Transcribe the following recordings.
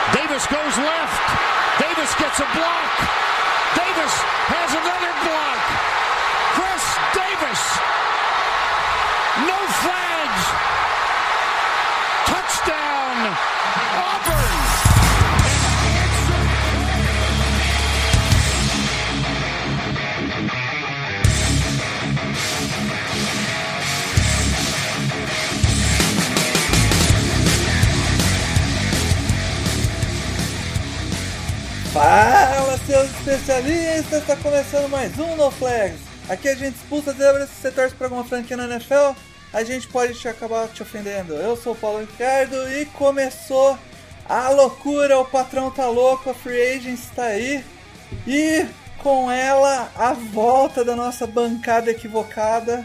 Davis goes left. Davis gets a block. Davis has another block. Chris Davis. No flags. Touchdown. Auburn. Fala, seus especialistas! Está começando mais um No Flags. Aqui a gente expulsa zebras. Se você torce para alguma franquia na NFL, a gente pode acabar te ofendendo. Eu sou o Paulo Ricardo e começou a loucura. O patrão tá louco, a Free Agents está aí. E com ela, a volta da nossa bancada equivocada.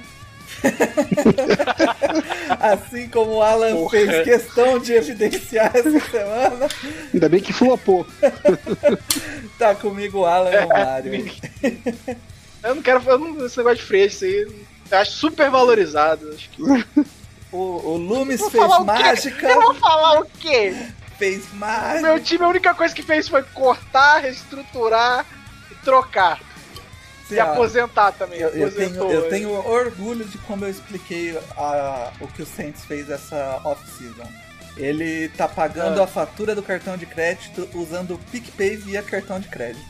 Assim como o Alan fez questão de evidenciar essa semana. Ainda bem que flopou. Tá comigo o Alan e o Mário. Eu não quero esse negócio de freio, isso aí eu acho super valorizado. Acho que... o Loomis fez mágica. Eu vou falar o quê? Fez mágica. Meu time, a única coisa que fez foi cortar, reestruturar e trocar. E aposentar também. Eu tenho orgulho de como eu expliquei o que o Saints fez essa off-season. Ele tá pagando a fatura do cartão de crédito usando o PicPay via cartão de crédito.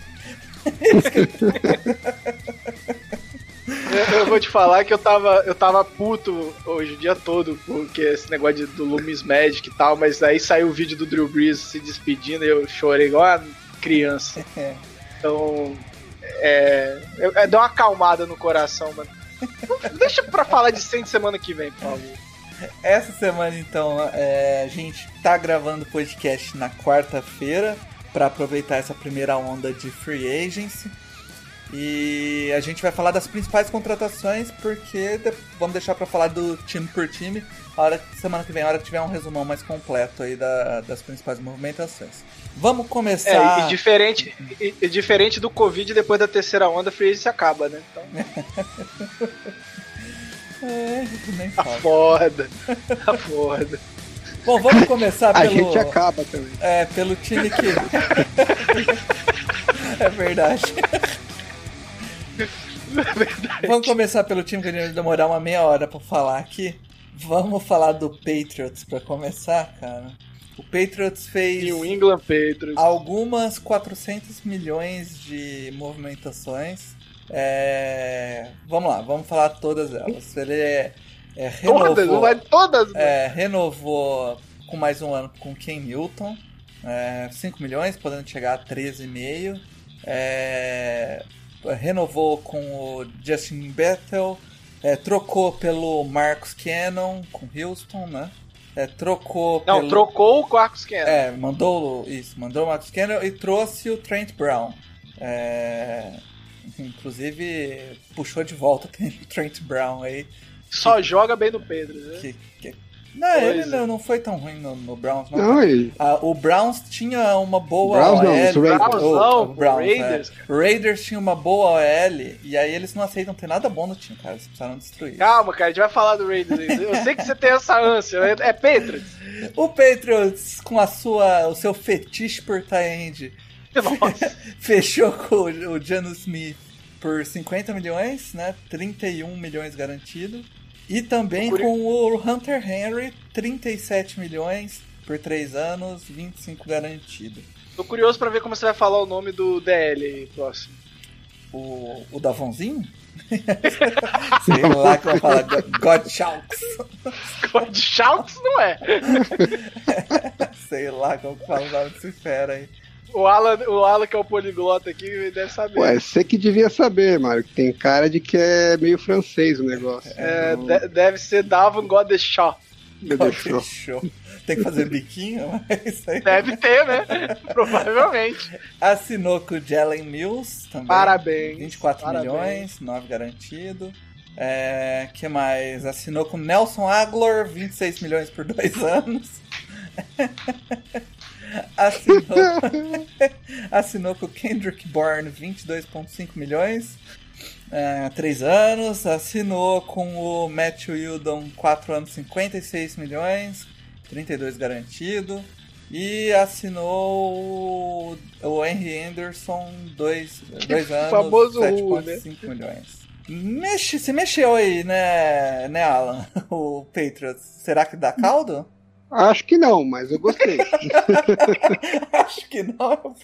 Eu vou te falar que eu tava puto hoje o dia todo, porque esse negócio do Loomis Magic e tal, mas aí saiu o vídeo do Drew Brees se despedindo e eu chorei igual a criança. Então... deu uma acalmada no coração, mano. Deixa pra falar de 100 semana que vem, por favor. Essa semana, então, a gente tá gravando o podcast na quarta-feira pra aproveitar essa primeira onda de free agency. E a gente vai falar das principais contratações, porque vamos deixar pra falar do time por time semana que vem, a hora que tiver um resumão mais completo aí das principais movimentações. Vamos começar... E diferente do Covid, depois da terceira onda, a free agency acaba, né? Então... nem tá foda. Tá foda. Bom, vamos começar pelo... A gente acaba também. Pelo time que... É verdade. Vamos começar pelo time que a gente vai demorar uma meia hora pra falar aqui. Vamos falar do Patriots pra começar, cara. O Patriots fez New England Patriots. Algumas 400 milhões de movimentações. Vamos lá, vamos falar todas elas. Ele renovou, todas? Renovou com mais um ano com Ken Newton. 5 milhões, podendo chegar a 13,5. Renovou com o Justin Bethel. Trocou pelo Marcus Cannon com Houston, né? Trocou o Marcus Cannon. Mandou o Marcus Cannon e trouxe o Trent Brown. Inclusive, puxou de volta o Trent Brown aí. Só joga bem no Pedro, né? Ele não foi tão ruim no Browns, não. O Browns tinha uma boa OL. Raiders. Raiders tinha uma boa OL, e aí eles não aceitam ter nada bom no time, cara. Eles precisaram destruir. Calma, cara, a gente vai falar do Raiders. Eu sei que você tem essa ânsia. É Patriots. O Patriots, com o seu fetiche por tie-end, fechou com o Jonnu Smith por 50 milhões, né? 31 milhões garantido. E também com o Hunter Henry, 37 milhões por 3 anos, 25 garantido. Tô curioso pra ver como você vai falar o nome do DL aí próximo. O Davonzinho? Sei lá que vai falar Godchalks. Godchalks não é. Sei lá como que fala o nome desse fera aí. O Alan, que é o poliglota aqui, deve saber. Ué, você que devia saber, Mário. Tem cara de que é meio francês o negócio. Deve ser Davon Godeshaw. Tem que fazer biquinho, mas isso aí... Deve ter, né? Provavelmente. Assinou com o Jalen Mills também. Parabéns. 24 milhões, 9 garantido. Que mais? Assinou com Nelson Aguilar, 26 milhões por 2 anos. Assinou com o Kendrick Bourne, 22,5 milhões, 3 anos. Assinou com o Matthew Judon, 4 anos, 56 milhões, 32 garantido. E assinou o Henry Anderson 2 anos, famoso 7,5 milhões. Se mexeu aí, né, Alan? O Patriots. Será que dá caldo? Acho que não, mas eu gostei. Acho que não.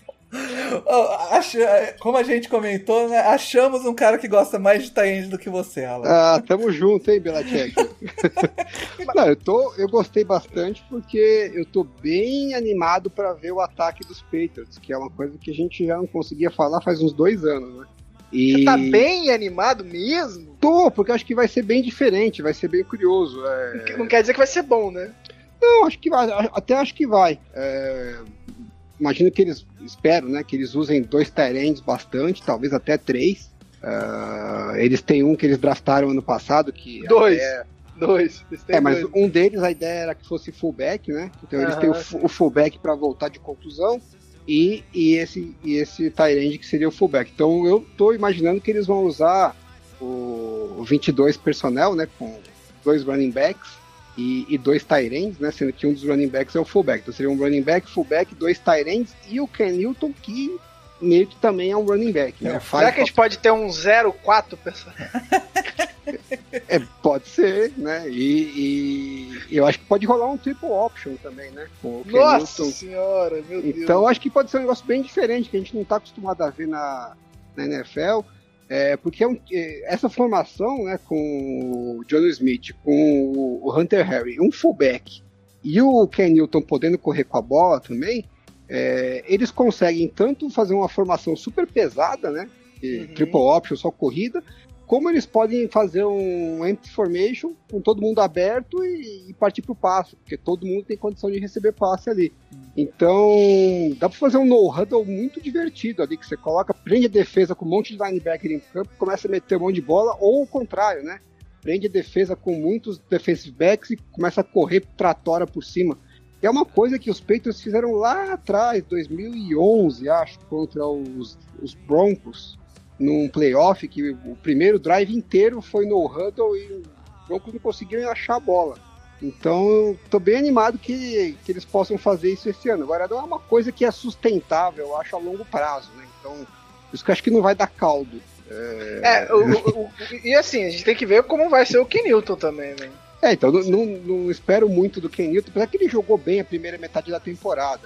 Como a gente comentou, né, achamos um cara que gosta mais de tight end do que você, Alan. Ah, tamo junto, hein, Belichick? Não, eu gostei bastante porque eu tô bem animado pra ver o ataque dos Patriots, que é uma coisa que a gente já não conseguia falar faz uns 2 anos, né? Você tá bem animado mesmo? Tô, porque eu acho que vai ser bem diferente, vai ser bem curioso. Não quer dizer que vai ser bom, né? Não, acho que vai, até acho que vai. Imagino que espero, né, que eles usem 2 tight ends bastante, talvez até 3. Eles têm um que eles draftaram ano passado, que... 2. Mas um deles, a ideia era que fosse fullback, né? Então eles têm o fullback para voltar de contusão e esse tight end que seria o fullback. Então eu tô imaginando que eles vão usar o 22 personnel, né, com 2 running backs e 2 tight ends, né, sendo que um dos running backs é o fullback. Então seria um running back, fullback, 2 tight ends e o Ken Newton, que meio que também é um running back. Né? Será que a gente pode ter um 0-4 personnel? Pode ser, né? E eu acho que pode rolar um triple option também, né? Com o Nossa senhora, meu Deus. Então acho que pode ser um negócio bem diferente, que a gente não está acostumado a ver na NFL. Porque essa formação, né, com o John Smith, com o Hunter Henry, um fullback, e o Ken Newton podendo correr com a bola também, eles conseguem tanto fazer uma formação super pesada, né? Triple option, só corrida, como eles podem fazer um empty formation com todo mundo aberto e partir pro passe, porque todo mundo tem condição de receber passe ali. Então, dá para fazer um no-huddle muito divertido ali, que você prende a defesa com um monte de linebacker em campo, começa a meter um monte de bola, ou o contrário, né? Prende a defesa com muitos defensive backs e começa a correr tratora por cima. É uma coisa que os Patriots fizeram lá atrás, 2011, acho, contra os Broncos, num playoff, que o primeiro drive inteiro foi no huddle e os Broncos não conseguiram achar a bola. Então eu tô bem animado que eles possam fazer isso esse ano. Agora não é uma coisa que é sustentável, eu acho, a longo prazo, né? Então, isso que eu acho que não vai dar caldo. E assim, a gente tem que ver como vai ser o Ken Newton também, né? Então não espero muito do Ken Newton, apesar que ele jogou bem a primeira metade da temporada.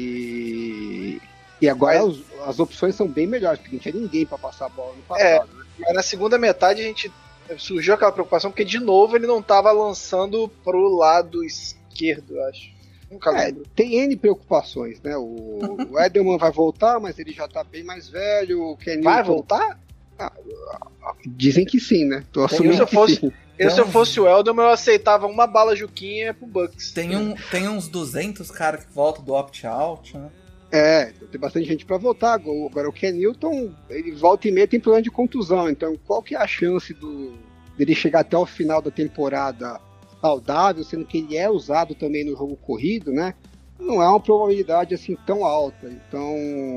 E agora as opções são bem melhores, porque não tinha ninguém para passar a bola no passado. Né? Mas na segunda metade surgiu aquela preocupação, porque de novo ele não estava lançando pro lado esquerdo, eu acho. Nunca lembro. Tem N preocupações, né? O Edelman vai voltar, mas ele já tá bem mais velho. O Ken vai Newton... voltar? Dizem que sim, né? Tô assumindo sim. Se eu fosse o Edelman, eu aceitava uma bala Juquinha pro Bucks. Tem uns 200 caras que voltam do opt-out, né? Tem bastante gente para voltar. Agora o Ken Newton, ele volta e meia tem problema de contusão, então qual que é a chance dele chegar até o final da temporada saudável, sendo que ele é usado também no jogo corrido, né? Não é uma probabilidade assim tão alta. Então,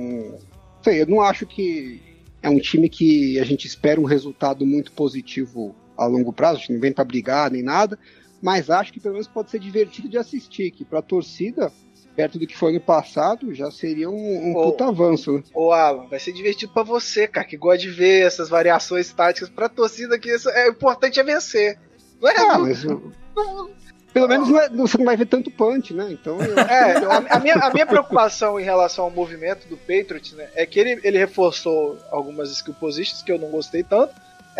eu não acho que é um time que a gente espera um resultado muito positivo a longo prazo, a gente não vem para brigar nem nada, mas acho que pelo menos pode ser divertido de assistir, que para a torcida, perto do que foi no passado, já seria um puta avanço, né? Alan, vai ser divertido pra você, cara, que gosta de ver essas variações táticas. Pra torcida que o importante é vencer. Não é? Mas pelo menos você não vai ver tanto punch, né? Então, a minha preocupação em relação ao movimento do Patriots, né, é que ele reforçou algumas skill positions que eu não gostei tanto.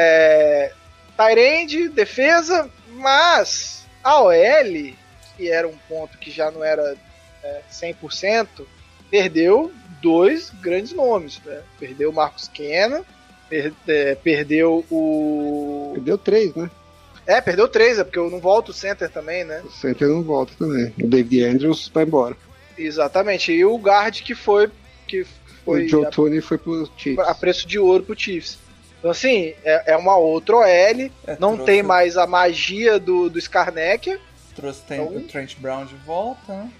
Tight end, defesa, mas a OL, que era um ponto que já não era 100%, perdeu 2 grandes nomes, né? Perdeu o Marcus Cannon, perdeu o... Perdeu 3, né? Perdeu 3, porque eu não volto o center também, né? O center não volta também. O David Andrews vai embora. Exatamente. E o guard que foi o Joe Thuney foi pro Chiefs. A preço de ouro pro Chiefs. Então, assim, é uma outra OL, não tem mais a magia do Scarnecker. Trouxe o Trent Brown de volta, né?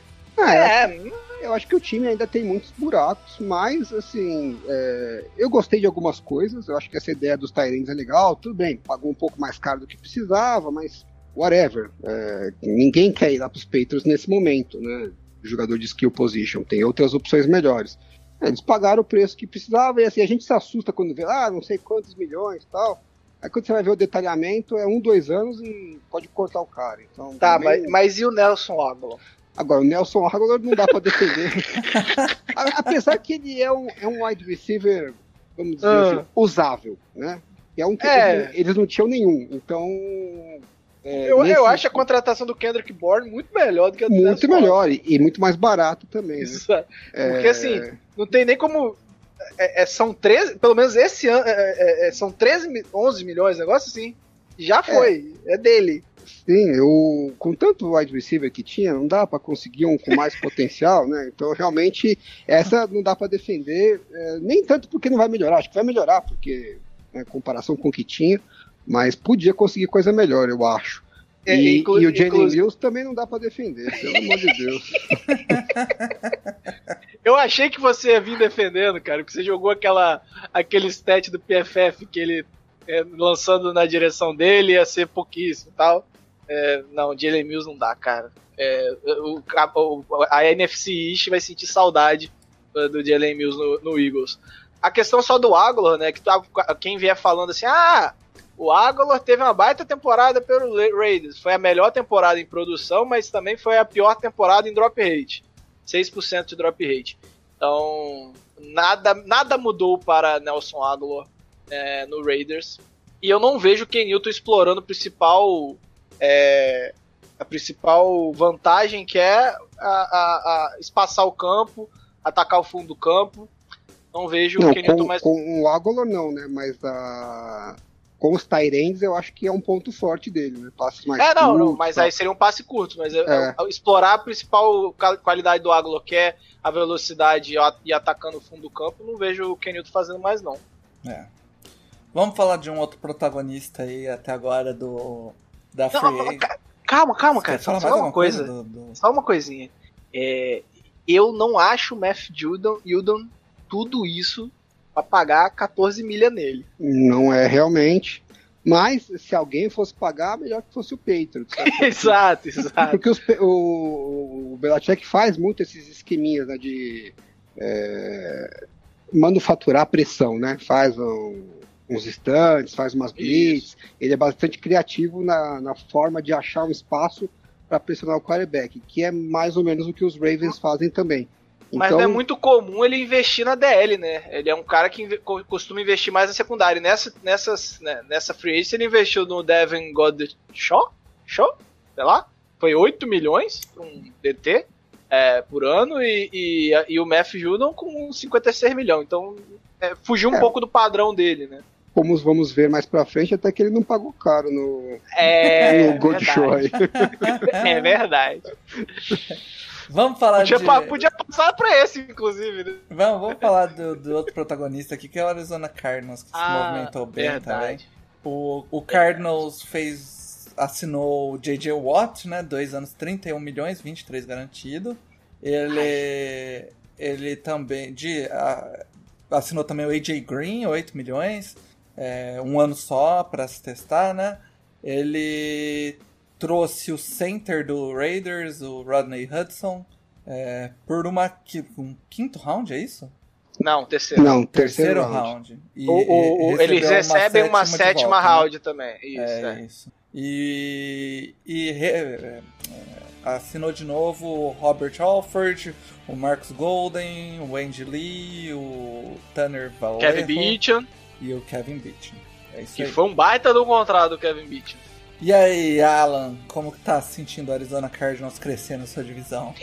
Eu acho que o time ainda tem muitos buracos, mas assim, eu gostei de algumas coisas. Eu acho que essa ideia dos tight ends é legal, tudo bem, pagou um pouco mais caro do que precisava, mas whatever. Ninguém quer ir lá pros Patriots nesse momento, né? jogador de skill position, tem outras opções melhores. Eles pagaram o preço que precisava, e assim, a gente se assusta quando vê, não sei quantos milhões e tal. Aí quando você vai ver o detalhamento, é 1-2 anos e pode cortar o cara. Então, tá, também... mas e o Nelson Agholor? Agora, o Nelson Agholor não dá pra defender. Apesar que ele é um wide receiver, vamos dizer assim, usável, né? É um que eles não tinham nenhum. Então... eu acho a contratação do Kendrick Bourne muito melhor do que a do Muito melhor e muito mais barato também. Isso, né? Porque assim, não tem nem como... são 13, pelo menos esse ano, são 11 milhões, negócio assim. Já foi, é dele. Sim, com tanto wide receiver que tinha, não dá pra conseguir um com mais potencial, né? Então realmente essa não dá pra defender, nem tanto porque não vai melhorar, acho que vai melhorar, porque em comparação com o que tinha, mas podia conseguir coisa melhor, eu acho. E o Jalen Mills também não dá pra defender, pelo amor de Deus. Eu achei que você ia vir defendendo, cara, que você jogou aquele stat do PFF que ele lançando na direção dele ia ser pouquíssimo e tal. Não, Jalen Mills não dá, cara. A NFC East vai sentir saudade do Jalen Mills no Eagles. A questão só do Agholor, né, que quem vier falando assim, o Agholor teve uma baita temporada pelo Raiders. Foi a melhor temporada em produção, mas também foi a pior temporada em drop rate. 6% de drop rate. Então, nada mudou para Nelson Agholor no Raiders. E eu não vejo o Ken Newton explorando a principal vantagem, que é espaçar o campo, atacar o fundo do campo. Não vejo o Ken Newton mais... Com o Agholor não, né? Mas com os tight ends eu acho que é um ponto forte dele, né? Passes mais curtos. Não, mas aí seria um passe curto. Mas explorar a principal qualidade do Agholor, que é a velocidade e atacando o fundo do campo, não vejo o Ken Newton fazendo mais, não. Vamos falar de um outro protagonista aí até agora da Free Agent. Calma, cara. Só uma coisa. Só uma coisinha. Eu não acho o Matthew Judon tudo isso pra pagar 14 milha nele. Não é realmente. Mas se alguém fosse pagar, melhor que fosse o Patriots. Exato. Porque o Belichick faz muito esses esqueminhas, né, de manufaturar pressão, né? Faz uns stunts, faz umas blitz. Ele é bastante criativo na forma de achar um espaço para pressionar o quarterback, que é mais ou menos o que os Ravens fazem também. Mas não é muito comum ele investir na DL, né? Ele é um cara que costuma investir mais na secundária. Nessa free agency ele investiu no Devin Godshaw, sei lá, foi 8 milhões para um DT por ano e o Matthew Judon com 56 milhões. Então fugiu um pouco do padrão dele, né? Como vamos ver mais pra frente, até que ele não pagou caro no Godshaw. É verdade. Vamos falar Podia passar pra esse, inclusive. Né? Vamos falar do outro protagonista aqui, que é o Arizona Cardinals, que se movimentou bem também. O Cardinals assinou o J.J. Watt, né? 2 anos, 31 milhões, 23 garantido. Ele também assinou também o A.J. Green, 8 milhões. 1 ano só para se testar, né? Ele trouxe o center do Raiders, o Rodney Hudson, por um quinto round, é isso? Não, terceiro. Não, terceiro round. Eles recebem uma sétima round, né? Também. Isso. E assinou de novo o Robert Alford, o Marcus Golden, o Andy Lee, o Tanner Vallejo, Kevin Beacham e o Kevin Beacham. Que foi um baita do contrato do Kevin Beacham. E aí, Alan, como que tá se sentindo o Arizona Cardinals crescendo na sua divisão?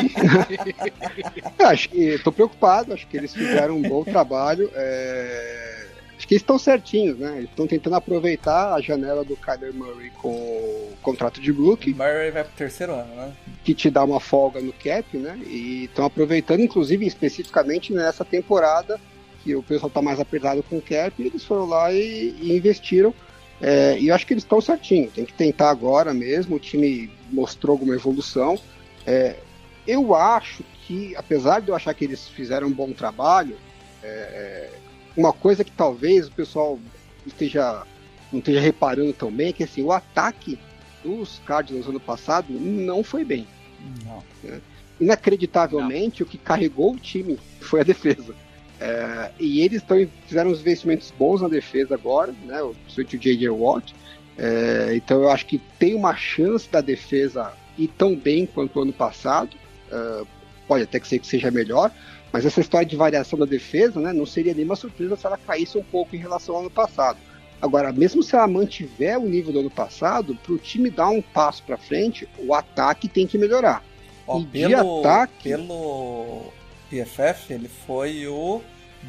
Tô preocupado, acho que eles fizeram um bom trabalho. Acho que eles estão certinhos, né? Eles estão tentando aproveitar a janela do Kyler Murray com o contrato de rookie. Murray vai pro terceiro ano, né? Que te dá uma folga no cap, né? E estão aproveitando, inclusive, especificamente nessa temporada, que o pessoal tá mais apertado com o cap, e eles foram lá e investiram. E eu acho que eles estão certinho, tem que tentar agora mesmo. O time mostrou alguma evolução. Eu acho que, apesar de eu achar que eles fizeram um bom trabalho, uma coisa que talvez o pessoal não esteja reparando tão bem é que assim, o ataque dos Cardinals ano passado não foi bem. Não. Né? inacreditavelmente, o que carregou o time foi a defesa. E eles fizeram uns investimentos bons na defesa agora, né? O J.J. Watt. Então eu acho que tem uma chance da defesa ir tão bem quanto o ano passado. Pode até que seja melhor, mas essa história de variação da defesa, né, não seria nenhuma surpresa se ela caísse um pouco em relação ao ano passado. Agora, mesmo se ela mantiver o nível do ano passado, para o time dar um passo para frente, o ataque tem que melhorar. Pelo PFF, ele foi o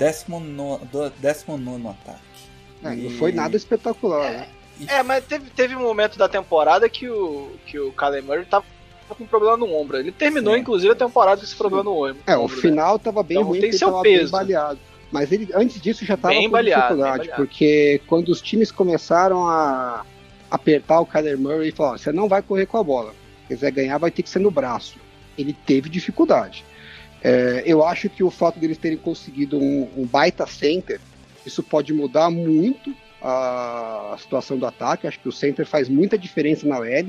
19º ataque. Não foi nada espetacular, né? Mas teve um momento da temporada que o Kyler Murray tava com um problema no ombro. Ele terminou, inclusive, a temporada com esse problema no ombro. O final tava bem ruim, porque ele tava bem baleado. Mas ele, antes disso, já tava com dificuldade, porque quando os times começaram a apertar o Kyler Murray e falaram, você não vai correr com a bola. Se quiser ganhar, vai ter que ser no braço. Ele teve dificuldade. Eu acho que o fato deles terem conseguido um baita center, isso pode mudar muito a situação do ataque. Acho que o center faz muita diferença na OL.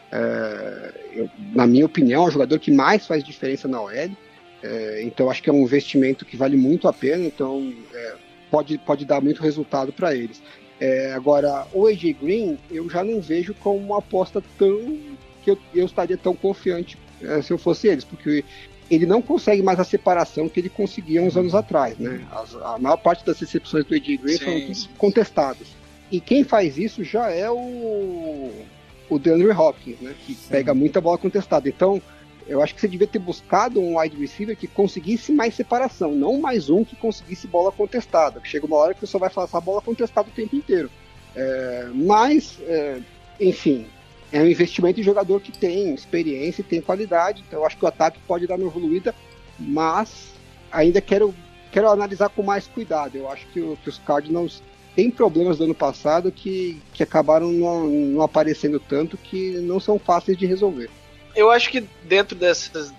Na minha opinião, é o jogador que mais faz diferença na OL. Então acho que é um investimento que vale muito a pena. Então pode dar muito resultado para eles. Agora, o AJ Green eu já não vejo como uma aposta que eu estaria tão confiante se eu fosse eles, porque ele não consegue mais a separação que ele conseguia uns anos atrás, né? A maior parte das recepções do AJ Green foram contestadas. E quem faz isso já é o DeAndre Hopkins, né? Que pega muita bola contestada. Então, eu acho que você devia ter buscado um wide receiver que conseguisse mais separação, não mais um que conseguisse bola contestada. Chega uma hora que você só vai fazer a bola contestada o tempo inteiro. Enfim, é um investimento em jogador que tem experiência e tem qualidade. Então, eu acho que o ataque pode dar uma evoluída, mas ainda quero analisar com mais cuidado. Eu acho que os Cardinals têm problemas do ano passado que acabaram não aparecendo tanto, que não são fáceis de resolver. Eu acho que dentro dessas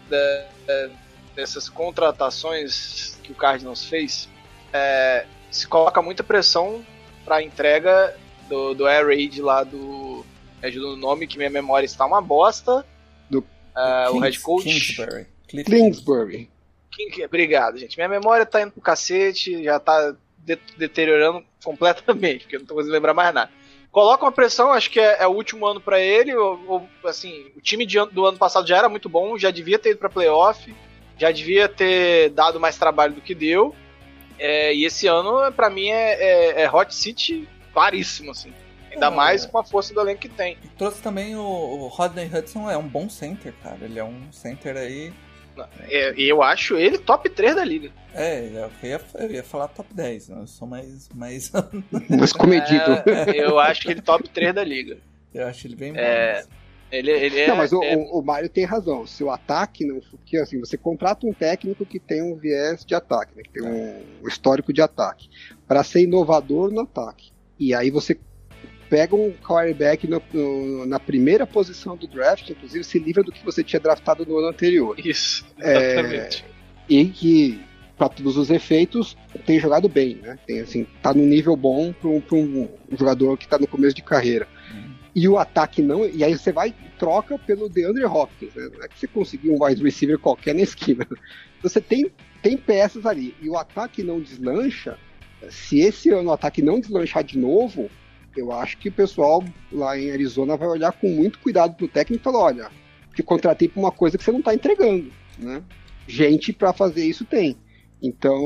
contratações que o Cardinals fez, se coloca muita pressão para a entrega do Air Raid lá do... Me ajuda no nome, que minha memória está uma bosta. O head coach... Kingsbury. Obrigado, gente. Minha memória tá indo pro cacete, já tá deteriorando completamente, porque eu não tô conseguindo lembrar mais nada. Coloca uma pressão, acho que é o último ano pra ele. Assim, o time do ano passado já era muito bom, já devia ter ido pra playoff, já devia ter dado mais trabalho do que deu. E esse ano, pra mim, é hot seat claríssimo, assim. Ainda mais com a força do elenco que tem. E trouxe também o Rodney Hudson, é um bom center, cara. Ele é um center aí... Eu acho ele top 3 da liga. Eu ia falar top 10, né? Eu sou mais mais comedido. Eu acho ele top 3 da liga. Eu acho ele bem bom. Não, mas o Mário tem razão. Se o ataque não... Porque assim, você contrata um técnico que tem um viés de ataque, né? Que tem um histórico de ataque, para ser inovador no ataque. E aí você pega um quarterback na primeira posição do draft, inclusive se livra do que você tinha draftado no ano anterior. Isso, exatamente. E que, para todos os efeitos, tem jogado bem, né? Tem, assim, tá num nível bom para um jogador que tá no começo de carreira. E o ataque não... E aí você vai e troca pelo DeAndre Hopkins, né? Não é que você conseguir um wide receiver qualquer na esquina. Você tem peças ali. E o ataque não deslancha. Se esse ano o ataque não deslanchar de novo... Eu acho que o pessoal lá em Arizona vai olhar com muito cuidado pro técnico e falar, olha, te contratei pra uma coisa que você não tá entregando, né? Gente pra fazer isso tem. Então,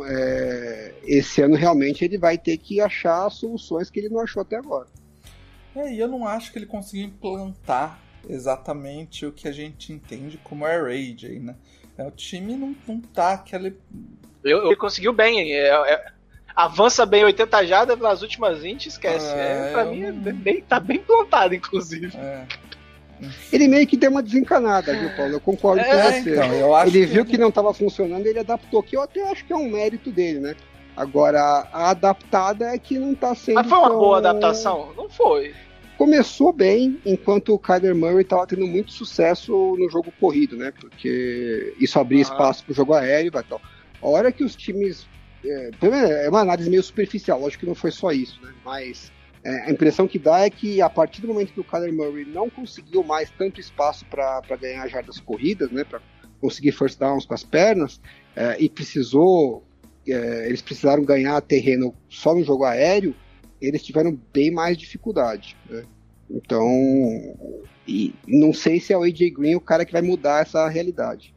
esse ano realmente ele vai ter que achar soluções que ele não achou até agora. E eu não acho que ele conseguiu implantar exatamente o que a gente entende como Air Raid aí, né? O time não tá aquele... Ele conseguiu bem, avança bem 80 jardas nas últimas 20, esquece. Pra mim tá bem plantado, inclusive. Ele meio que deu uma desencanada, viu, Paulo? Eu concordo com você. Então, eu acho ele viu que não estava funcionando, ele adaptou, que eu até acho que é um mérito dele, né? Agora, a adaptada é que não tá sendo... Mas foi uma boa adaptação? Não foi. Começou bem, enquanto o Kyler Murray estava tendo muito sucesso no jogo corrido, né? Porque isso abria espaço pro jogo aéreo e tal. A hora que os times... É uma análise meio superficial, lógico que não foi só isso, né? Mas a impressão que dá é que a partir do momento que o Kyler Murray não conseguiu mais tanto espaço para ganhar jardas corridas, né? Para conseguir first downs com as pernas, e eles precisaram ganhar terreno só no jogo aéreo, eles tiveram bem mais dificuldade, né? Então, e não sei se é o AJ Green o cara que vai mudar essa realidade.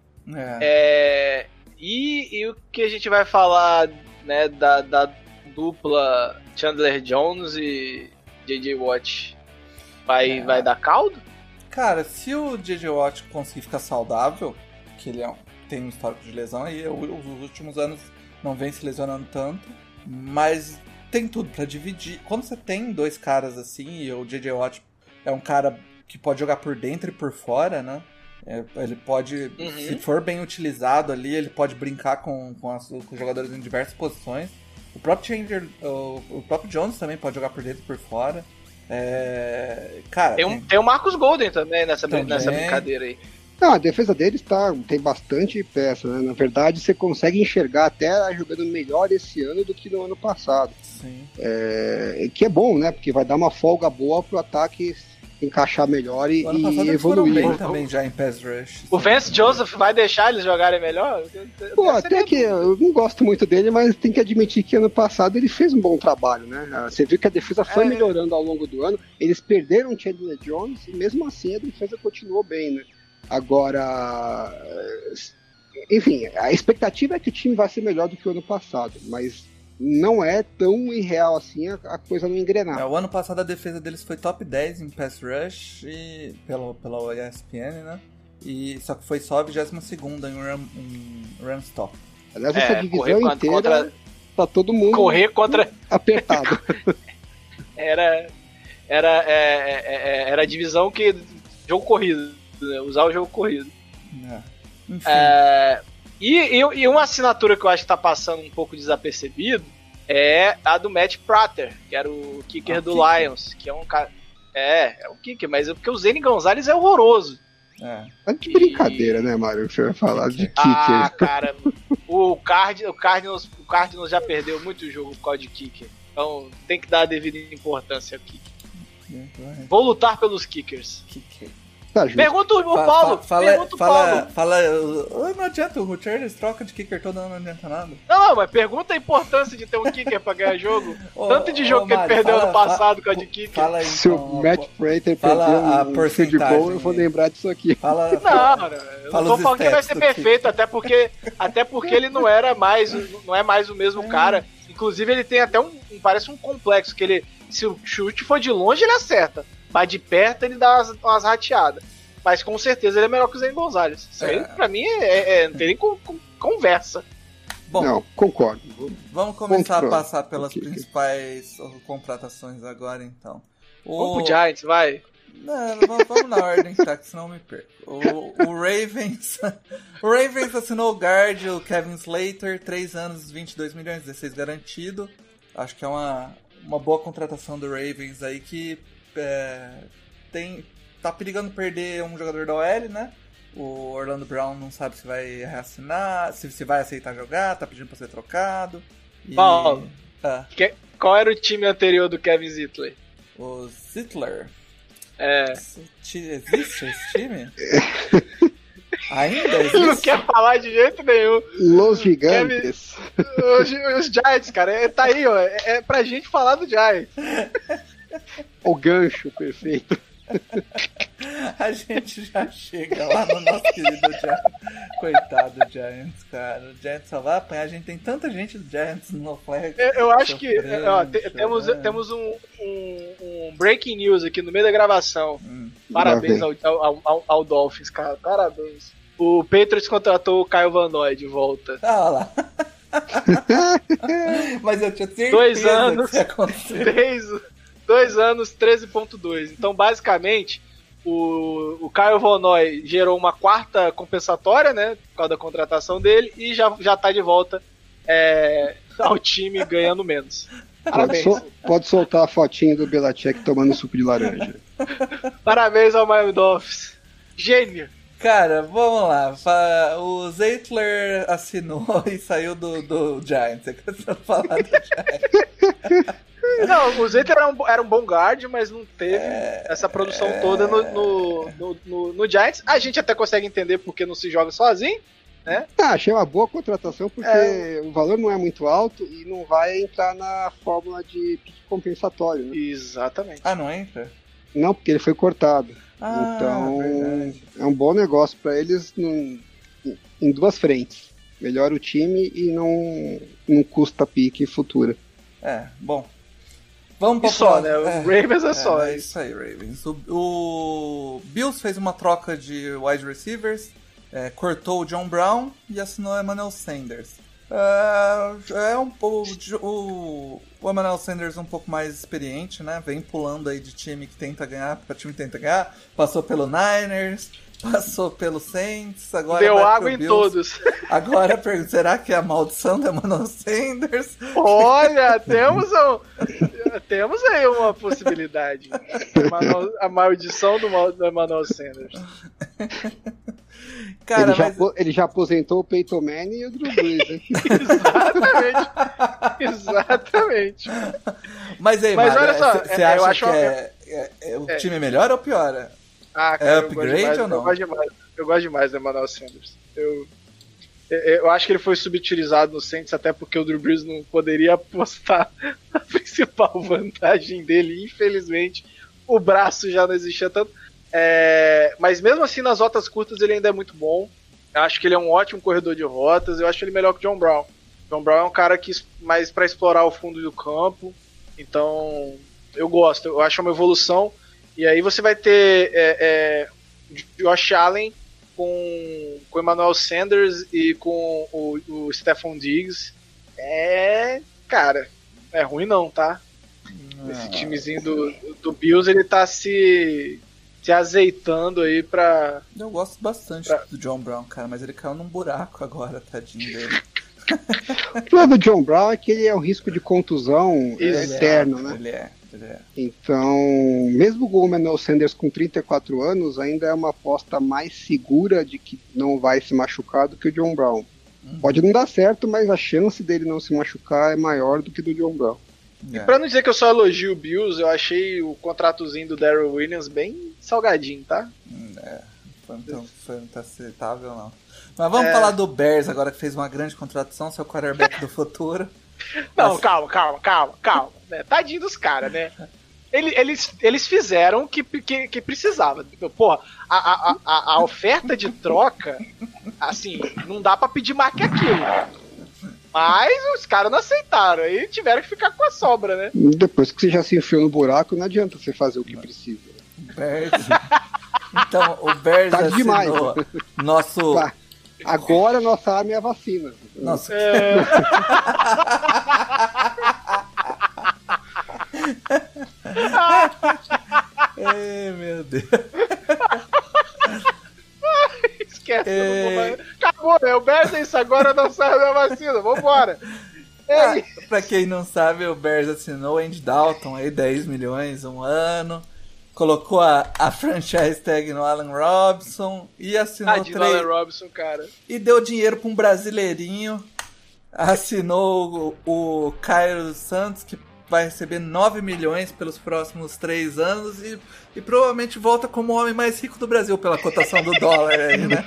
E o que a gente vai falar, né, da dupla Chandler Jones e J.J. Watt? Vai dar caldo? Cara, se o J.J. Watt conseguir ficar saudável, que ele tem um histórico de lesão aí, os últimos anos não vem se lesionando tanto, mas tem tudo pra dividir. Quando você tem dois caras assim, e o J.J. Watt é um cara que pode jogar por dentro e por fora, né? Ele pode, se for bem utilizado ali, ele pode brincar com os jogadores em diversas posições. O próprio Jones também pode jogar por dentro e por fora. Cara, tem o Marcus Golden também nessa brincadeira aí. Não, a defesa deles tem bastante peça, né? Na verdade, você consegue enxergar até jogando melhor esse ano do que no ano passado. Sim. Que é bom, né? Porque vai dar uma folga boa pro ataque encaixar melhor e evoluir. Eles foram bem também já em pass rush. O Vance Joseph vai deixar eles jogarem melhor? Pô, até que eu não gosto muito dele, mas tem que admitir que ano passado ele fez um bom trabalho, né? Você viu que a defesa foi melhorando ao longo do ano. Eles perderam o Chandler Jones e mesmo assim a defesa continuou bem, né? Agora, enfim, a expectativa é que o time vai ser melhor do que o ano passado, mas não é tão irreal assim a coisa não engrenar. O ano passado a defesa deles foi top 10 em pass rush pela ESPN, né? Só que foi só a 22ª em run stop. Aliás, essa divisão inteira tá todo mundo correr contra apertado. Era a divisão que jogo corrido, né? Usar o jogo corrido. Enfim. E uma assinatura que eu acho que tá passando um pouco desapercebido é a do Matt Prater, que era o kicker do Lions, que é um cara... É o kicker, mas é porque o Zane Gonzalez é horroroso. Tá de brincadeira, né, Mário? Você vai falar de kicker. Cara, o Cardinals já perdeu muito jogo por causa de kicker. Então tem que dar a devida importância ao kicker. Vou lutar pelos kickers. Tá, pergunta o Paulo. Não adianta, o Chargers troca de kicker todo ano, não adianta nada. Não, mas pergunta a importância de ter um kicker pra ganhar jogo. Tanto de jogo que ele perdeu ano passado com a de kicker. Aí, se o Matt Prater perdeu um field goal, eu vou lembrar disso aqui. Eu não tô falando que vai ser perfeito, até porque ele não é mais o mesmo cara. Inclusive ele tem até parece um complexo, que ele, se o chute for de longe, ele acerta. Vai de perto, ele dá umas rateadas. Mas com certeza ele é melhor que o Zane Gonzalez. Isso aí, pra mim, não tem nem conversa. Bom, não, concordo. Vamos começar a passar pelas principais contratações agora, então. Vamos pro Giants, vai. Não, vamos na ordem, tá? Que senão eu me perco. O Ravens assinou o guard, o Kevin Slater, 3 anos, 22 milhões, 16 garantido. Acho que é uma boa contratação do Ravens aí, que tá perigando perder um jogador da OL, né? O Orlando Brown não sabe se vai reassinar, se vai aceitar jogar, tá pedindo pra ser trocado. Paulo, qual era o time anterior do Kevin Zittler? O Zittler? Existe esse time? Ainda existe? Ele não quer falar de jeito nenhum. Los Gigantes. Os Giants, cara, tá aí, ó. É pra gente falar do Giants. O gancho perfeito. A gente já chega lá no nosso querido Giants. Coitado do Giants, cara. O Giants só vai apanhar. A gente tem tanta gente do Giants no flag. Eu acho que temos um breaking news aqui no meio da gravação. Parabéns ao Dolphins, cara. Parabéns. O Patriots contratou o Kyle Van Noy de volta. Olha lá. Mas eu tinha certeza 2 anos, que ia acontecer. 2 anos, 13.2. Então, basicamente, o Kyle Van Noy gerou uma 4ª compensatória, né? Por causa da contratação dele, e já tá de volta ao time ganhando menos. Pode soltar a fotinha do Belichick tomando suco de laranja. Parabéns ao Miami Dolphins. Gênio. Cara, vamos lá. O Zeitler assinou e saiu do Giants. Você quer falar do Giants? Não, o Zeitler era um bom guard, mas não teve essa produção toda no Giants. A gente até consegue entender porque não se joga sozinho, né? Achei uma boa contratação porque o valor não é muito alto e não vai entrar na fórmula de pique compensatório, né? Exatamente. Não entra? Não, porque ele foi cortado. Então, verdade. É um bom negócio para eles em duas frentes. Melhora o time e não custa pique futura. Bom. Vamos para só, né? O Ravens é só. É isso aí, Ravens. O Bills fez uma troca de wide receivers, cortou o John Brown e assinou o Emmanuel Sanders. O Emmanuel Sanders um pouco mais experiente, né? Vem pulando aí de time que tenta ganhar para time que tenta ganhar. Passou pelo Niners, passou pelo Saints, agora deu vai água pro em Bills. Todos. Agora eu pergunto, será que é a maldição do Emmanuel Sanders? Olha, temos aí uma possibilidade. A maldição do Emmanuel Sanders. Cara, ele já aposentou o Peyton Manning e o Drew Brees, hein? Exatamente. Mas aí, Mário, olha só, você acha que o time melhora ou piora? Cara, upgrade ou não? Eu gosto demais do Emmanuel Sanders. Eu acho que ele foi subutilizado no Saints até porque o Drew Brees não poderia apostar a principal vantagem dele. Infelizmente, o braço já não existia tanto. Mas mesmo assim, nas rotas curtas ele ainda é muito bom. Eu acho que ele é um ótimo corredor de rotas. Eu acho ele melhor que o John Brown. John Brown é um cara que mais para explorar o fundo do campo. Então, eu gosto. Eu acho uma evolução. E aí você vai ter Josh Allen com o Emmanuel Sanders e com o Stephon Diggs. Cara, é ruim não, tá? Esse timezinho do Bills, ele tá se azeitando aí pra... Eu gosto bastante do John Brown, cara, mas ele caiu num buraco agora, tadinho dele. O problema do John Brown é que ele é um risco de contusão eterno, né? Ele é. Então, mesmo o Emmanuel Sanders com 34 anos, ainda é uma aposta mais segura de que não vai se machucar do que o John Brown. Pode não dar certo, mas a chance dele não se machucar é maior do que do John Brown. E pra não dizer que eu só elogio o Bills, eu achei o contratozinho do Darrell Williams bem salgadinho, tá? Foi muito aceitável, não. Mas vamos falar do Bears agora, que fez uma grande contratação, seu quarterback do futuro. Não, calma. Tadinho dos caras, né? Eles fizeram o que precisava. Porra, a oferta de troca, assim, não dá pra pedir mais que aquilo. Mas os caras não aceitaram, aí tiveram que ficar com a sobra, né? Depois que você já se enfiou no buraco, não adianta você fazer o que precisa. Então, o Bears tá demais. Nosso... Agora nossa arma é a vacina. Nossa. Meu Deus. Esquece. Acabou, né? O Bears é isso, agora nossa arma é a vacina. Vambora. Pra quem não sabe, o Bears assinou o Andy Dalton aí, 10 milhões um ano. Colocou a franchise tag no Allen Robinson e assinou Allen Robinson, cara. E deu dinheiro pra um brasileirinho. Assinou o Cairo Santos, que vai receber 9 milhões pelos próximos 3 anos e provavelmente volta como o homem mais rico do Brasil pela cotação do dólar aí, né?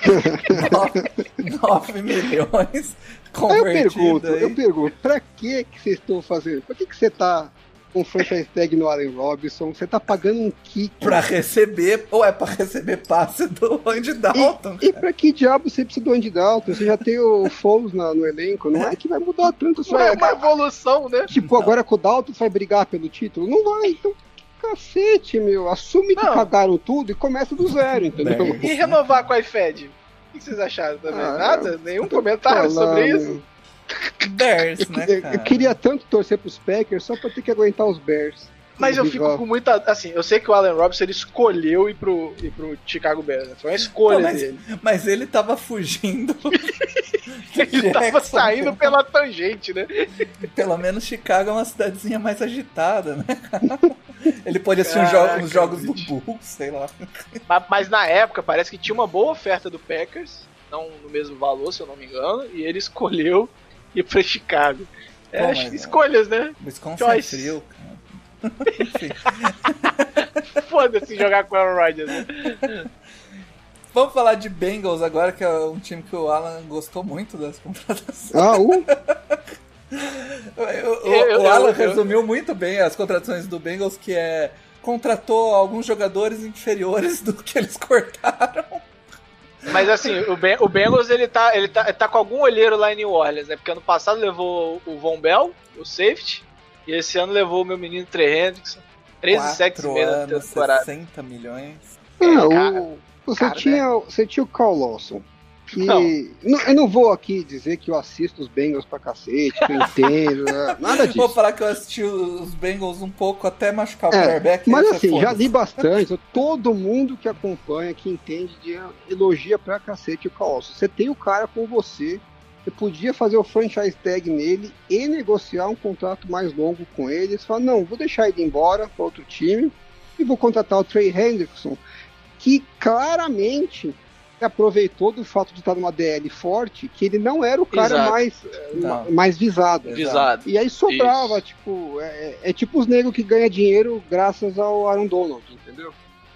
9 milhões convertido. Eu pergunto, pra que vocês estão fazendo? Pra que você tá com franchise tag no Allen Robinson? Você tá pagando um kick pra receber, ou é pra receber passe do Andy Dalton? E pra que diabo você precisa do Andy Dalton? Você já tem o Foles no elenco, não é que vai mudar tanto. Não é uma evolução, né? Tipo, agora com o Dalton você vai brigar pelo título? Não vai, então cacete, meu. Assume que cagaram tudo e começa do zero, entendeu? E renovar com a iFed? O que vocês acharam também? Nada? Nenhum comentário sobre isso? Bears, né, cara? Eu queria tanto torcer pros Packers só pra ter que aguentar os Bears. Mas eu fico com muita... Assim, eu sei que o Allen Robinson, ele escolheu ir pro Chicago Bears. Né? Foi uma escolha dele. Mas ele tava fugindo. Ele tava saindo pela tangente, né? Pelo menos Chicago é uma cidadezinha mais agitada, né? Ele pode assistir os jogos do Bulls, sei lá. Mas na época, parece que tinha uma boa oferta do Packers, não no mesmo valor, se eu não me engano, e ele escolheu ir pra Chicago. Escolhas, né? Wisconsin é frio, cara. Enfim. Foda-se jogar com o Aaron Rodgers. Né? Vamos falar de Bengals agora, que é um time que o Alan gostou muito das contratações. O Alan resumiu muito bem as contratações do Bengals, que contratou alguns jogadores inferiores do que eles cortaram. Mas assim, o Bengals ele tá com algum olheiro lá em New Orleans, né? Porque ano passado levou o Von Bell, o safety, e esse ano levou o meu menino Trey Hendrickson. 13 sacks e meio na temporada. 60 milhões. Você tinha o Carl Lawson. Eu não vou aqui dizer que eu assisto os Bengals pra cacete, que eu entendo, nada disso. Vou falar que eu assisti os Bengals um pouco até machucar o quarterback. Mas assim, já li bastante. Todo mundo que acompanha, que entende, elogia pra cacete o Carl Lawson. Você tem o cara com você podia fazer o franchise tag nele e negociar um contrato mais longo com ele. Você fala, não, vou deixar ele embora para outro time e vou contratar o Trey Hendrickson, que claramente aproveitou do fato de estar numa DL forte, que ele não era o cara mais visado. E aí sobrava, tipo, tipo os negros que ganham dinheiro graças ao Aaron Donald, entendeu?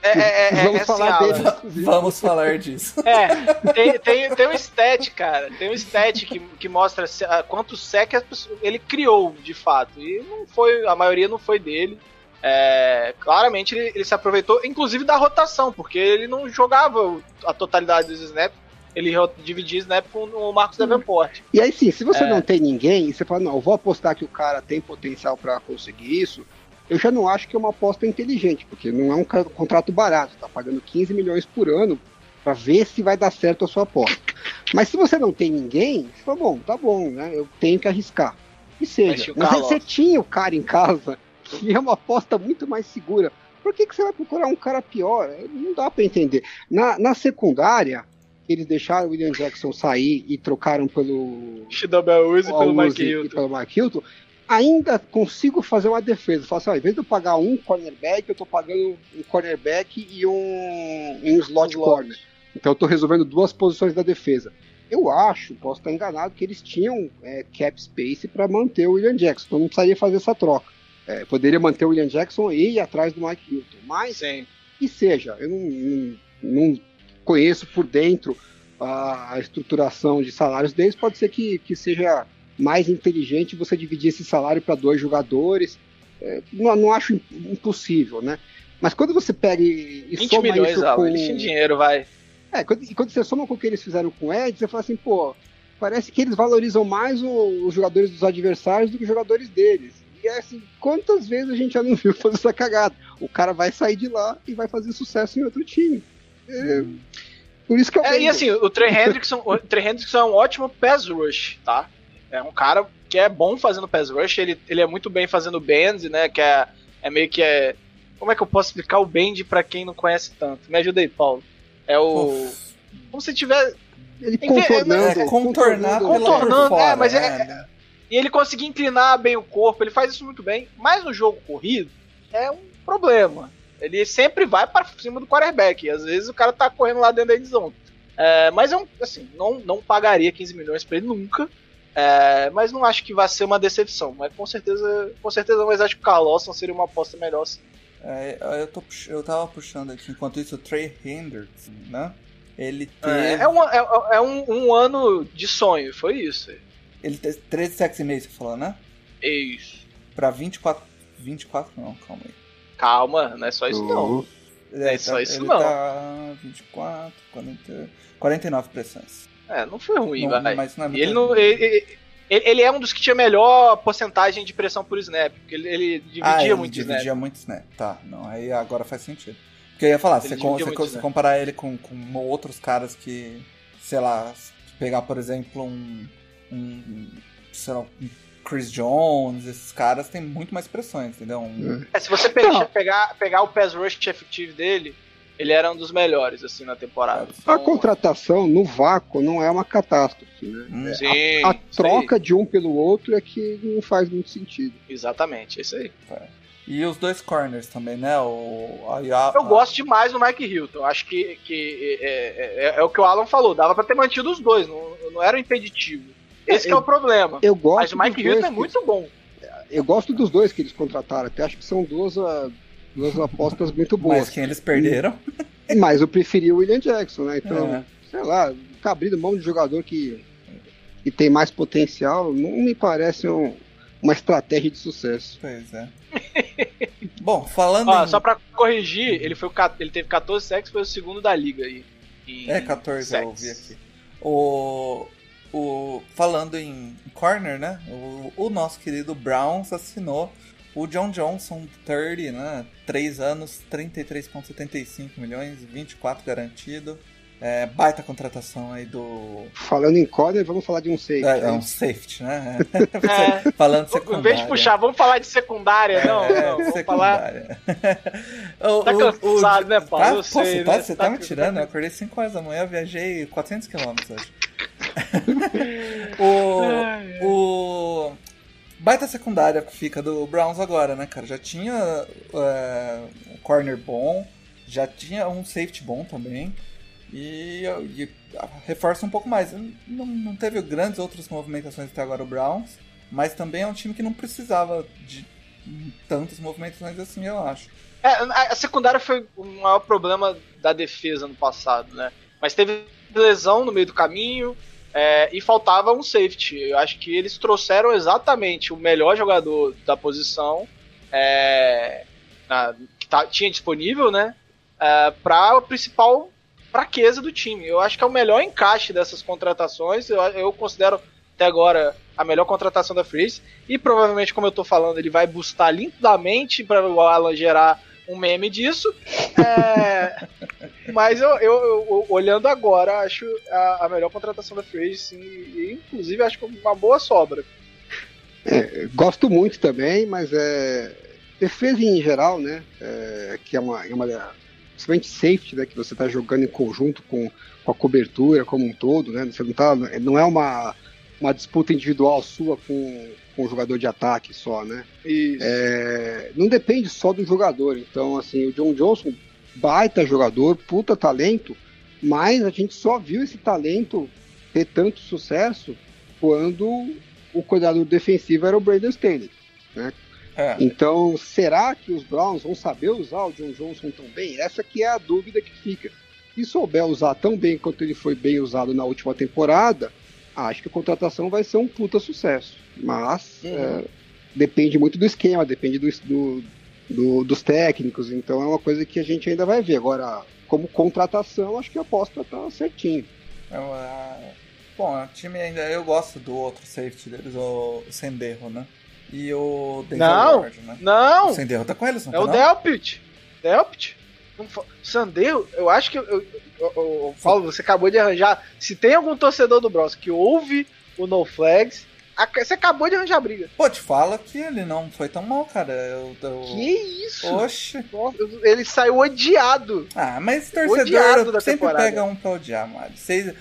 Vamos falar disso. Tem um stat, cara. Tem um stat que mostra quantos sacks ele criou, de fato. E a maioria não foi dele. Claramente ele se aproveitou, inclusive da rotação, porque ele não jogava a totalidade dos snaps. Ele dividia snap com o Marcos Davenport. E aí sim, se você não tem ninguém, e você fala, não, eu vou apostar que o cara tem potencial para conseguir isso, eu já não acho que é uma aposta inteligente, porque não é um contrato barato, tá pagando 15 milhões por ano para ver se vai dar certo a sua aposta. Mas se você não tem ninguém, você fala, bom, tá bom, né? Eu tenho que arriscar. E seja, mas você tinha o cara em casa, que é uma aposta muito mais segura. Por que você vai procurar um cara pior? Não dá para entender. Na secundária, eles deixaram o William Jackson sair e trocaram pelo Shidobel e pelo Mike Hilton. Ainda consigo fazer uma defesa. Falo assim, ao invés de eu pagar um cornerback, eu tô pagando um cornerback e um slot corner. Então eu tô resolvendo duas posições da defesa. Eu acho, posso estar enganado, que eles tinham cap space para manter o William Jackson. Então não precisaria fazer essa troca. Poderia manter o William Jackson e ir atrás do Mike Hilton. Mas, que seja, eu não conheço por dentro a estruturação de salários deles. Pode ser que seja mais inteligente você dividir esse salário para 2 jogadores. Não acho impossível, né? Mas quando você pega e 20 soma milhões, isso com... eles tinham dinheiro, vai. Quando você soma com o que eles fizeram com o Ed, você fala assim, pô, parece que eles valorizam mais os jogadores dos adversários do que os jogadores deles. E assim, quantas vezes a gente já não viu fazer essa cagada? O cara vai sair de lá e vai fazer sucesso em outro time. Por isso que eu e assim, o Trey Hendrickson é um ótimo pass rush, tá? É um cara que é bom fazendo pass rush, ele é muito bem fazendo bend, né? Que é meio que Como é que eu posso explicar o bend pra quem não conhece tanto? Me ajuda aí, Paulo. Como se tiver... Ele contornando, fora, mas e ele conseguir inclinar bem o corpo, ele faz isso muito bem, mas no jogo corrido é um problema. Ele sempre vai para cima do quarterback, e às vezes o cara tá correndo lá dentro da endzone. Mas assim, não pagaria 15 milhões pra ele nunca, mas não acho que vai ser uma decepção, mas com certeza, mas acho que o Carl Lawson seria uma aposta melhor sim. Eu tava puxando aqui, enquanto isso, o Trey Hendrickson, né? Ele teve... um ano de sonho, foi isso. Ele teve 13 sacks e meio, você falou, né? Isso. Pra 24 não, calma aí. Calma, não é só isso não. Só isso ele não. Tá 24, 49 pressões. Não foi ruim, vai. Mas não é muito ele é um dos que tinha melhor porcentagem de pressão por snap, porque ele dividia muito snap. Dividia muito snap, tá. Não, aí agora faz sentido. Porque eu ia falar, se você comparar ele com outros caras que, sei lá, pegar, por exemplo, sei lá, um Chris Jones, esses caras têm muito mais pressões, entendeu? Se você pegar o pass rush efetivo dele, ele era um dos melhores, assim, na temporada. A contratação, no vácuo, não é uma catástrofe, né? Sim, a troca de um pelo outro é que não faz muito sentido. Exatamente, é isso aí. E os 2 corners também, né? Eu gosto demais do Mike Hilton. Acho que é o que o Alan falou. Dava pra ter mantido os dois, não era um impeditivo. Esse que é o problema. Eu gosto. Mas o Mike Hilton é muito bom. Eu gosto dos dois que eles contrataram, até acho que são duas apostas muito boas. Mas quem eles perderam? Mas eu preferi o William Jackson, né? Então, sei lá, ficar abrindo mão de jogador que tem mais potencial, não me parece uma estratégia de sucesso. Pois é. Bom, falando só pra corrigir, ele teve 14 sacks, foi o segundo da liga aí. 14 sacks. eu ouvi aqui. Falando em corner, né? O nosso querido Browns assinou o John Johnson 30, né? 3 anos, 33,75 milhões, 24 garantido. Baita contratação aí do... Falando em corner, vamos falar de um safety. É um safety, né? Falando de secundária. Em vez de puxar, vamos falar de secundária, não. Vamos secundária. Tá cansado, né, Paulo? Eu sei, né? Você tá me tirando? Eu acordei 5 horas da manhã, viajei 400 km hoje. o baita secundária que fica do Browns agora, né, cara? Já tinha um corner bom, já tinha um safety bom também. E reforça um pouco mais. Não teve grandes outras movimentações até agora o Browns, mas também é um time que não precisava de tantas movimentações assim, eu acho. A secundária foi o maior problema da defesa no passado, né? Mas teve lesão no meio do caminho e faltava um safety. Eu acho que eles trouxeram exatamente o melhor jogador da posição que tinha disponível, né? Para a principal fraqueza do time. Eu acho que é o melhor encaixe dessas contratações. Eu considero até agora a melhor contratação da Free Agency. E provavelmente, como eu tô falando, ele vai boostar lindamente para o Alan gerar um meme disso. Mas eu olhando agora, acho a melhor contratação da Free Agency e inclusive acho que uma boa sobra. Gosto muito também, mas defesa em geral, né? Que é uma principalmente safety, né, que você está jogando em conjunto com a cobertura como um todo, né? Você não é uma disputa individual sua com o jogador de ataque só, né? Isso. Não depende só do jogador. Então, assim, o John Johnson, baita jogador, puta talento, mas a gente só viu esse talento ter tanto sucesso quando o coordenador defensivo era o Brandon Staley, né? Então, será que os Browns vão saber usar o John Johnson tão bem? Essa que é a dúvida que fica. Se souber usar tão bem quanto ele foi bem usado na última temporada, acho que a contratação vai ser um puta sucesso. Mas depende muito do esquema, depende dos técnicos, então é uma coisa que a gente ainda vai ver. Agora, como contratação, acho que a aposta tá certinho. Bom, o time ainda... Eu gosto do outro safety deles, o Sendejo, né? E o Denzel Ward, né? Não! O Sendejo tá com eles, não é o Delpit. Sandejo, eu acho que... Paulo, você acabou de arranjar... Se tem algum torcedor do Browns que ouve o No Flags, você acabou de arranjar briga. Pô, te fala que ele não foi tão mal, cara. Que isso? Oxe. Ele saiu odiado. Mas torcedor sempre pega um pra odiar, mano.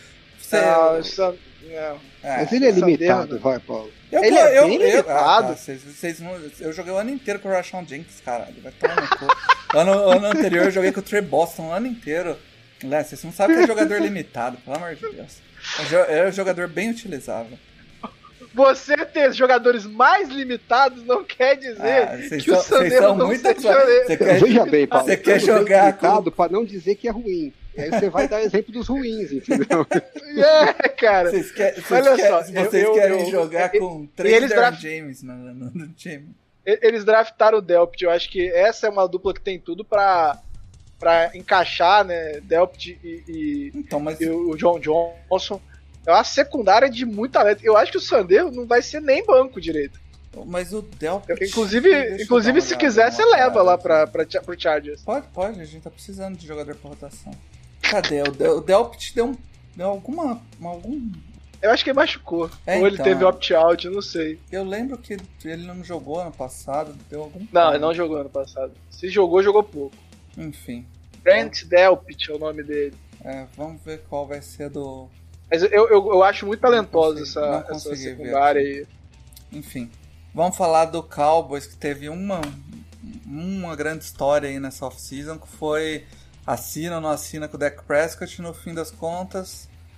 Mas ele é limitado, vai, Paulo. Ele é bem limitado. Eu joguei o ano inteiro com o Rashawn Jenkins, caralho. Vai tomar no cu. Ano anterior eu joguei com o Trey Boston o ano inteiro. Vocês não sabem que é jogador limitado, pelo amor de Deus. É um jogador bem utilizável. Você ter jogadores mais limitados não quer dizer que o Sandejo não seja... Veja bem, Paulo. Você quer jogar limitado para não dizer que é ruim. Aí você vai dar exemplo dos ruins, entendeu? Cara. Vocês querem jogar com 3 Darren James no time. Eles draftaram o Delpit. Eu acho que essa é uma dupla que tem tudo pra encaixar, né? Delpit e o John Johnson. É uma secundária de muito talento. Eu acho que o Sandejo não vai ser nem banco direito. Mas o Delpit... Inclusive se quiser, você leva lá pro Chargers. Pode. A gente tá precisando de jogador pra rotação. Cadê? O Delpit deu algum... Eu acho que ele machucou. Ou ele teve opt-out, eu não sei. Eu lembro que ele não jogou ano passado, deu algum... Não, ele não jogou ano passado. Se jogou pouco. Enfim. Brent Delpit é o nome dele. Vamos ver qual vai ser do... Mas eu acho muito talentosa essa secundária aí. Enfim. Vamos falar do Cowboys, que teve uma grande história aí nessa off-season, que foi assina ou não assina com o Dak Prescott. No fim das contas,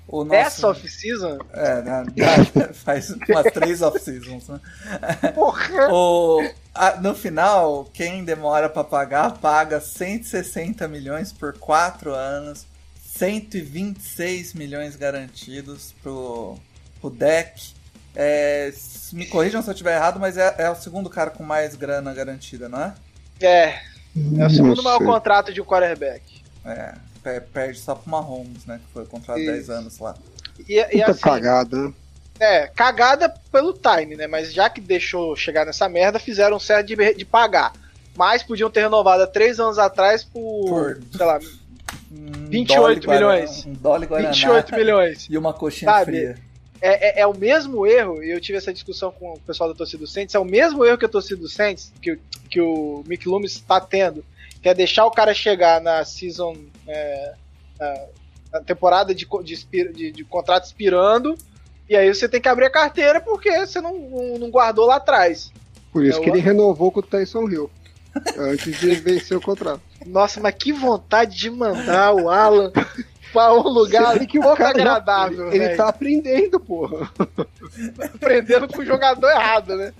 Essa off-season? Faz umas 3 off-seasons, né? Porra! No final, quem demora pra pagar, paga 160 milhões por 4 anos, 126 milhões garantidos pro deck. Me corrijam se eu estiver errado, mas é o segundo cara com mais grana garantida, não é? É o segundo maior contrato de um quarterback. Perde só pro Mahomes, né? Que foi o contrato de 10 anos lá. E assim, cagada, né? Cagada pelo time, né? Mas já que deixou chegar nessa merda, fizeram certo de pagar. Mas podiam ter renovado há 3 anos atrás por sei lá, 28 milhões. $1 28 milhões. E uma coxinha fria. É o mesmo erro, e eu tive essa discussão com o pessoal da torcida do Saints, é o mesmo erro que a torcida do Saints, que o Mick Loomis está tendo, que é deixar o cara chegar na season, na temporada de contrato expirando, e aí você tem que abrir a carteira porque você não guardou lá atrás. Por isso que ele renovou com o Tyson Hill, antes de vencer o contrato. Nossa, mas que vontade de mandar o Alan pra um lugar que pouco agradável. Ele tá aprendendo, porra. Aprendendo com o jogador errado, né?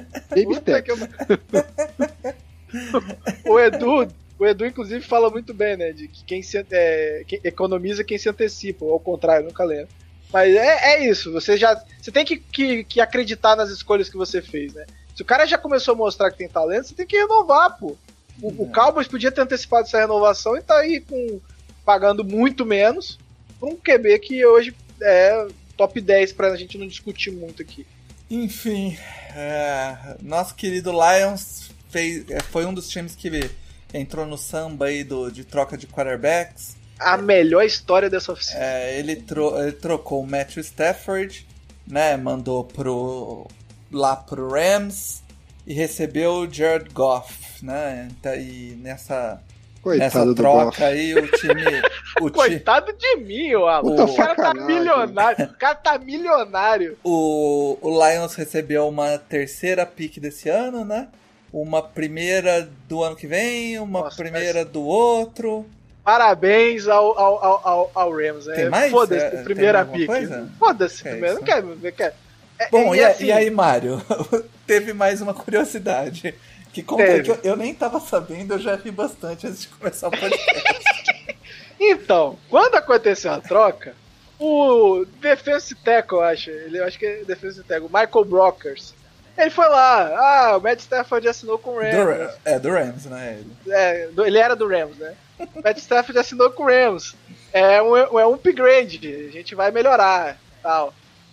O Edu, inclusive, fala muito bem, né? De que quem economiza quem se antecipa, ou ao contrário, nunca lembro. Mas é isso, você tem que acreditar nas escolhas que você fez, né? Se o cara já começou a mostrar que tem talento, você tem que renovar, pô. O Cowboys podia ter antecipado essa renovação e tá aí pagando muito menos por um QB que hoje é top 10 pra gente não discutir muito aqui. Enfim, nosso querido Lions foi um dos times que entrou no samba aí de troca de quarterbacks. A melhor história dessa oficina. Ele trocou o Matthew Stafford, né? Mandou lá pro Rams e recebeu o Jared Goff, né? E nessa troca aí o time. Coitado de mim, o cara tá milionário. O cara tá milionário. O Lions recebeu uma 3ª pick desse ano, né? Uma primeira do ano que vem, primeira do outro. Parabéns ao Rams, né? Tem mais? Foda-se, primeira pick. Foda-se, primeiro. Não quero. Bom, e aí, Mário? Teve mais uma curiosidade. Que eu nem tava sabendo, eu já vi bastante antes de começar o podcast. Então, quando aconteceu a troca, o defensive tackle, eu acho que é defensive tackle, Michael Brockers, ele foi lá, o Matt Stafford assinou com o Rams. Do Rams, né? Ele era do Rams, né? O Matt Stafford assinou com o Rams. É um upgrade, a gente vai melhorar, tal.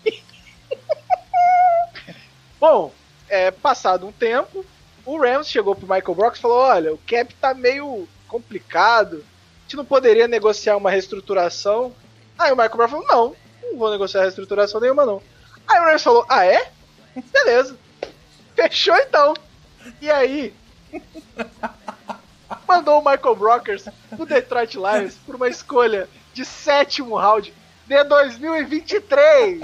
Bom, passado um tempo, o Rams chegou pro Michael Brockers e falou, olha, o cap tá meio complicado, a gente não poderia negociar uma reestruturação? Aí o Michael Brockers falou, não vou negociar reestruturação nenhuma não. Aí o Rams falou, beleza, fechou então. E aí, mandou o Michael Brockers pro Detroit Lions por uma escolha de 7º round de 2023.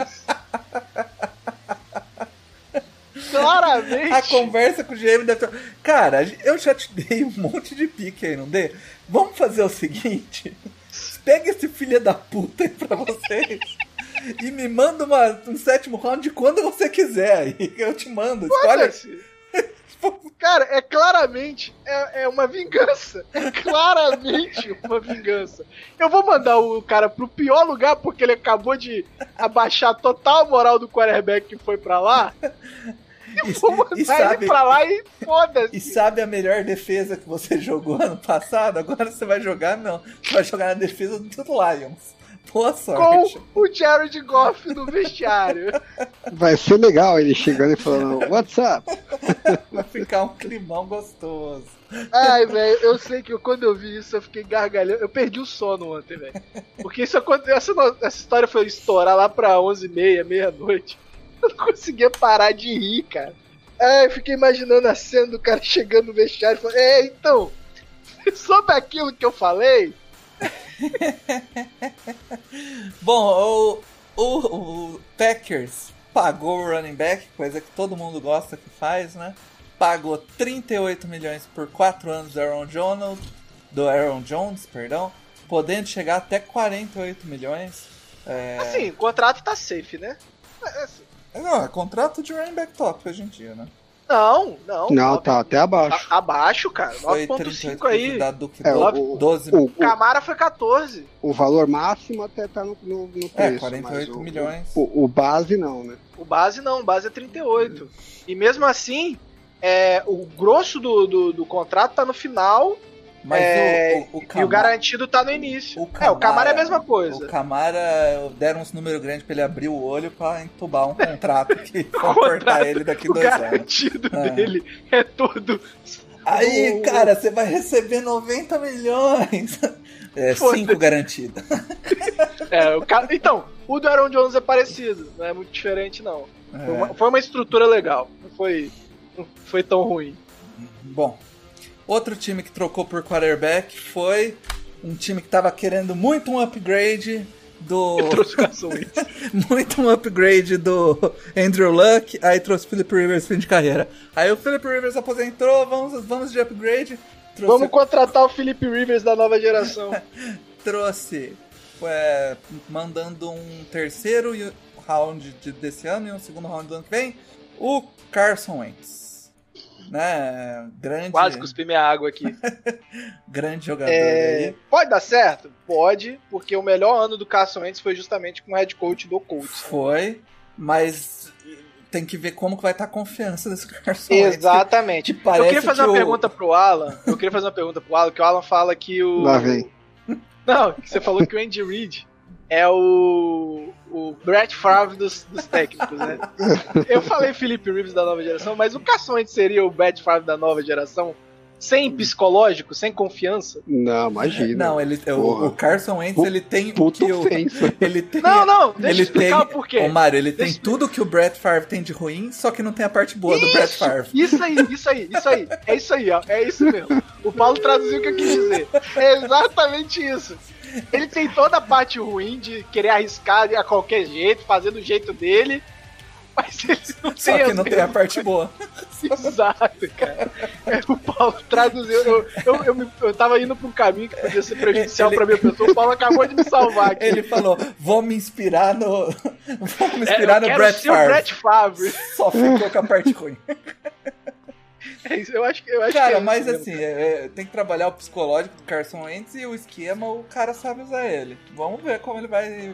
Claramente. A conversa com o GM deve ter... Cara, eu já te dei um monte de pique aí, não dei? Vamos fazer o seguinte. Pega esse filho da puta aí pra vocês e me manda um 7º round de quando você quiser aí. Eu te mando. Escolhe. Cara, claramente uma vingança. É claramente uma vingança. Eu vou mandar o cara pro pior lugar porque ele acabou de abaixar total a moral do quarterback que foi pra lá. Vou mandar ele pra lá e foda-se. E sabe a melhor defesa que você jogou ano passado? Agora você vai jogar, não. Você vai jogar na defesa do Lions. Boa sorte. Com o Jared Goff no vestiário. Vai ser legal ele chegando e falando, what's up? Vai ficar um climão gostoso. Ai, velho, eu sei que quando eu vi isso eu fiquei gargalhando. Eu perdi o sono ontem, velho. Porque essa história foi estourar lá pra 11h30, meia-noite. Eu não conseguia parar de rir, cara. Eu fiquei imaginando a cena do cara chegando no vestiário e falando, então, sobre aquilo que eu falei... Bom, o Packers pagou o running back, coisa que todo mundo gosta que faz, né? Pagou 38 milhões por 4 anos do Aaron Jones, podendo chegar até 48 milhões. Assim, o contrato tá safe, né? Não, é contrato de running back top hoje em dia, né? Não, tá até abaixo. Tá abaixo, cara. Foi 9.5 aí. O 12 o Camara foi 14. O valor máximo até tá no preço. 48 milhões. O base não, né? O base não, o base é 38. E mesmo assim, o grosso do contrato tá no final. Mas o Camara, e o garantido tá no início. O Camara é a mesma coisa. O Camara deram uns números grandes pra ele abrir o olho pra entubar um contrato que vão cortar ele daqui 2 anos. O garantido dele é todo... Aí, cara, você vai receber 90 milhões. 5 garantido. Então, o do Aaron Jones é parecido. Não é muito diferente, não. Foi uma estrutura legal. Não foi tão ruim. Bom, outro time que trocou por quarterback foi um time que tava querendo muito um upgrade do... muito um upgrade do Andrew Luck, aí trouxe o Philip Rivers fim de carreira. Aí o Philip Rivers aposentou, vamos de upgrade. Vamos contratar o Philip Rivers da nova geração. Trouxe, mandando um terceiro round desse ano e um segundo round do ano que vem, o Carson Wentz. Né? Grande... Quase cuspi minha água aqui. Grande jogador aí. Pode dar certo? Pode, porque o melhor ano do Carson Wentz foi justamente com o head coach do Colts. Foi, mas tem que ver como que vai estar a confiança desse Carson Wentz. Exatamente. Eu queria fazer uma pergunta pro Alan. Que o Alan fala que o... Lá vem. Não, você falou que o Andy Reid é o Brett Favre dos técnicos, né? Eu falei Philip Rivers da nova geração, mas o Carson Wentz seria o Brett Favre da nova geração? Sem psicológico, sem confiança? Não, imagina. Não, o Carson Wentz, ele tem o que ele tem. Não, deixa eu explicar por quê. Ô Mário, ele tem tudo que o Brett Favre tem de ruim, só que não tem a parte boa do Brett Favre. Isso aí. É isso aí, ó. É isso mesmo. O Paulo traduziu o que eu quis dizer. É exatamente isso. Ele tem toda a parte ruim de querer arriscar a qualquer jeito, fazer do jeito dele, mas ele não só tem que não tem a parte boa. Exato, cara. O Paulo traduziu. Eu tava indo pra um caminho que podia ser prejudicial pra minha pessoa. O Paulo acabou de me salvar aqui. Ele falou: vou me inspirar no Brett Favre. O Brett Favre. Só ficou com a parte ruim. É isso, eu acho cara, que mas assim, tem que trabalhar o psicológico do Carson Wentz e o esquema, o cara sabe usar ele. Vamos ver como ele vai...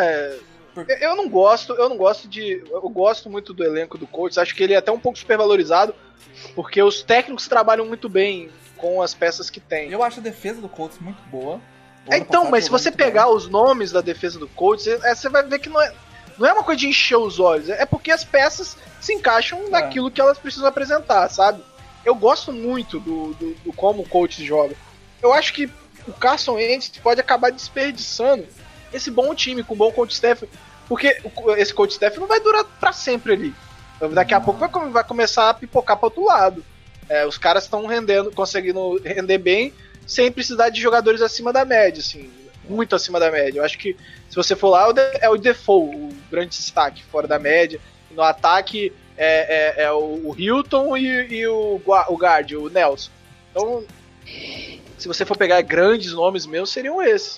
Eu não gosto de... Eu gosto muito do elenco do Colts, acho que ele é até um pouco supervalorizado, porque os técnicos trabalham muito bem com as peças que tem. Eu acho a defesa do Colts muito boa. Então, mas se você pegar os nomes da defesa do Colts, você vai ver que não é uma coisa de encher os olhos, é porque as peças se encaixam naquilo que elas precisam apresentar, sabe? Eu gosto muito do como o Colts joga. Eu acho que o Carson Wentz pode acabar desperdiçando esse bom time com o bom coach staff, porque esse coach staff não vai durar pra sempre ali. Daqui a pouco vai começar a pipocar para outro lado. Os caras estão conseguindo render bem sem precisar de jogadores acima da média, assim, muito acima da média. Eu acho que se você for lá, é o Defoe, o grande destaque, fora da média. No ataque é o Hilton e o guard, o Nelson. Então, se você for pegar grandes nomes meus, seriam esses.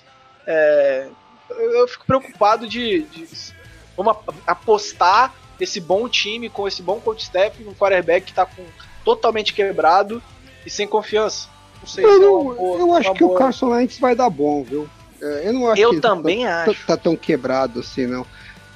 Eu fico preocupado de vamos apostar esse bom time com esse bom coach staff num quarterback que tá totalmente quebrado e sem confiança. Não sei se é uma boa. Eu acho que o Carson Wentz vai dar bom, viu? Eu não acho que também acho. Tá tão quebrado assim, não.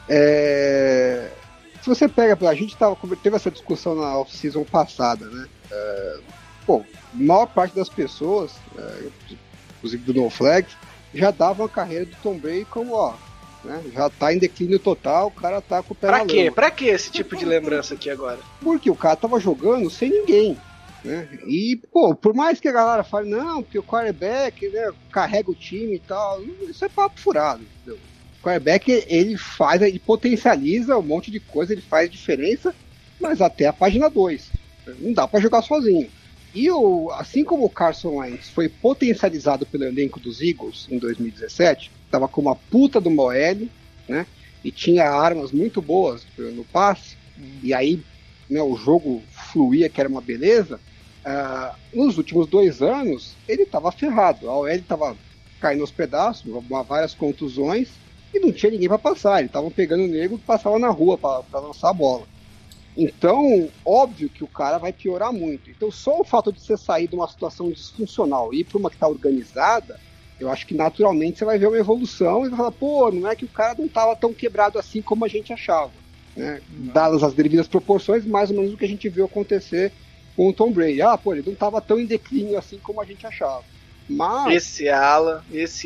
Se você pega, a gente teve essa discussão na off-season passada, né? A maior parte das pessoas, inclusive do No Flags, já davam a carreira do Tom Brady como, né? Já tá em declínio total, o cara tá com o pé na lama. Pra que esse tipo de lembrança aqui agora? Porque o cara tava jogando sem ninguém, né? E, por mais que a galera fale, não, porque o quarterback, né, carrega o time e tal, isso é papo furado, entendeu? O quarterback, ele potencializa um monte de coisa, ele faz diferença, mas até a página 2. Não dá pra jogar sozinho. E assim como o Carson Wentz foi potencializado pelo elenco dos Eagles em 2017, tava com uma puta do OL, né? E tinha armas muito boas no passe, e aí, né, o jogo fluía, que era uma beleza. Nos últimos 2 anos, ele tava ferrado. A OL tava caindo aos pedaços, várias contusões, e não tinha ninguém para passar. Eles estavam pegando o nego que passava na rua para lançar a bola. Então, óbvio que o cara vai piorar muito. Então, só o fato de você sair de uma situação disfuncional e ir para uma que está organizada, eu acho que naturalmente você vai ver uma evolução e vai falar, pô, não é que o cara não estava tão quebrado assim como a gente achava. Né? Dadas as devidas proporções, mais ou menos o que a gente viu acontecer com o Tom Brady. Pô, ele não estava tão em declínio assim como a gente achava. Mas... Esse Alan,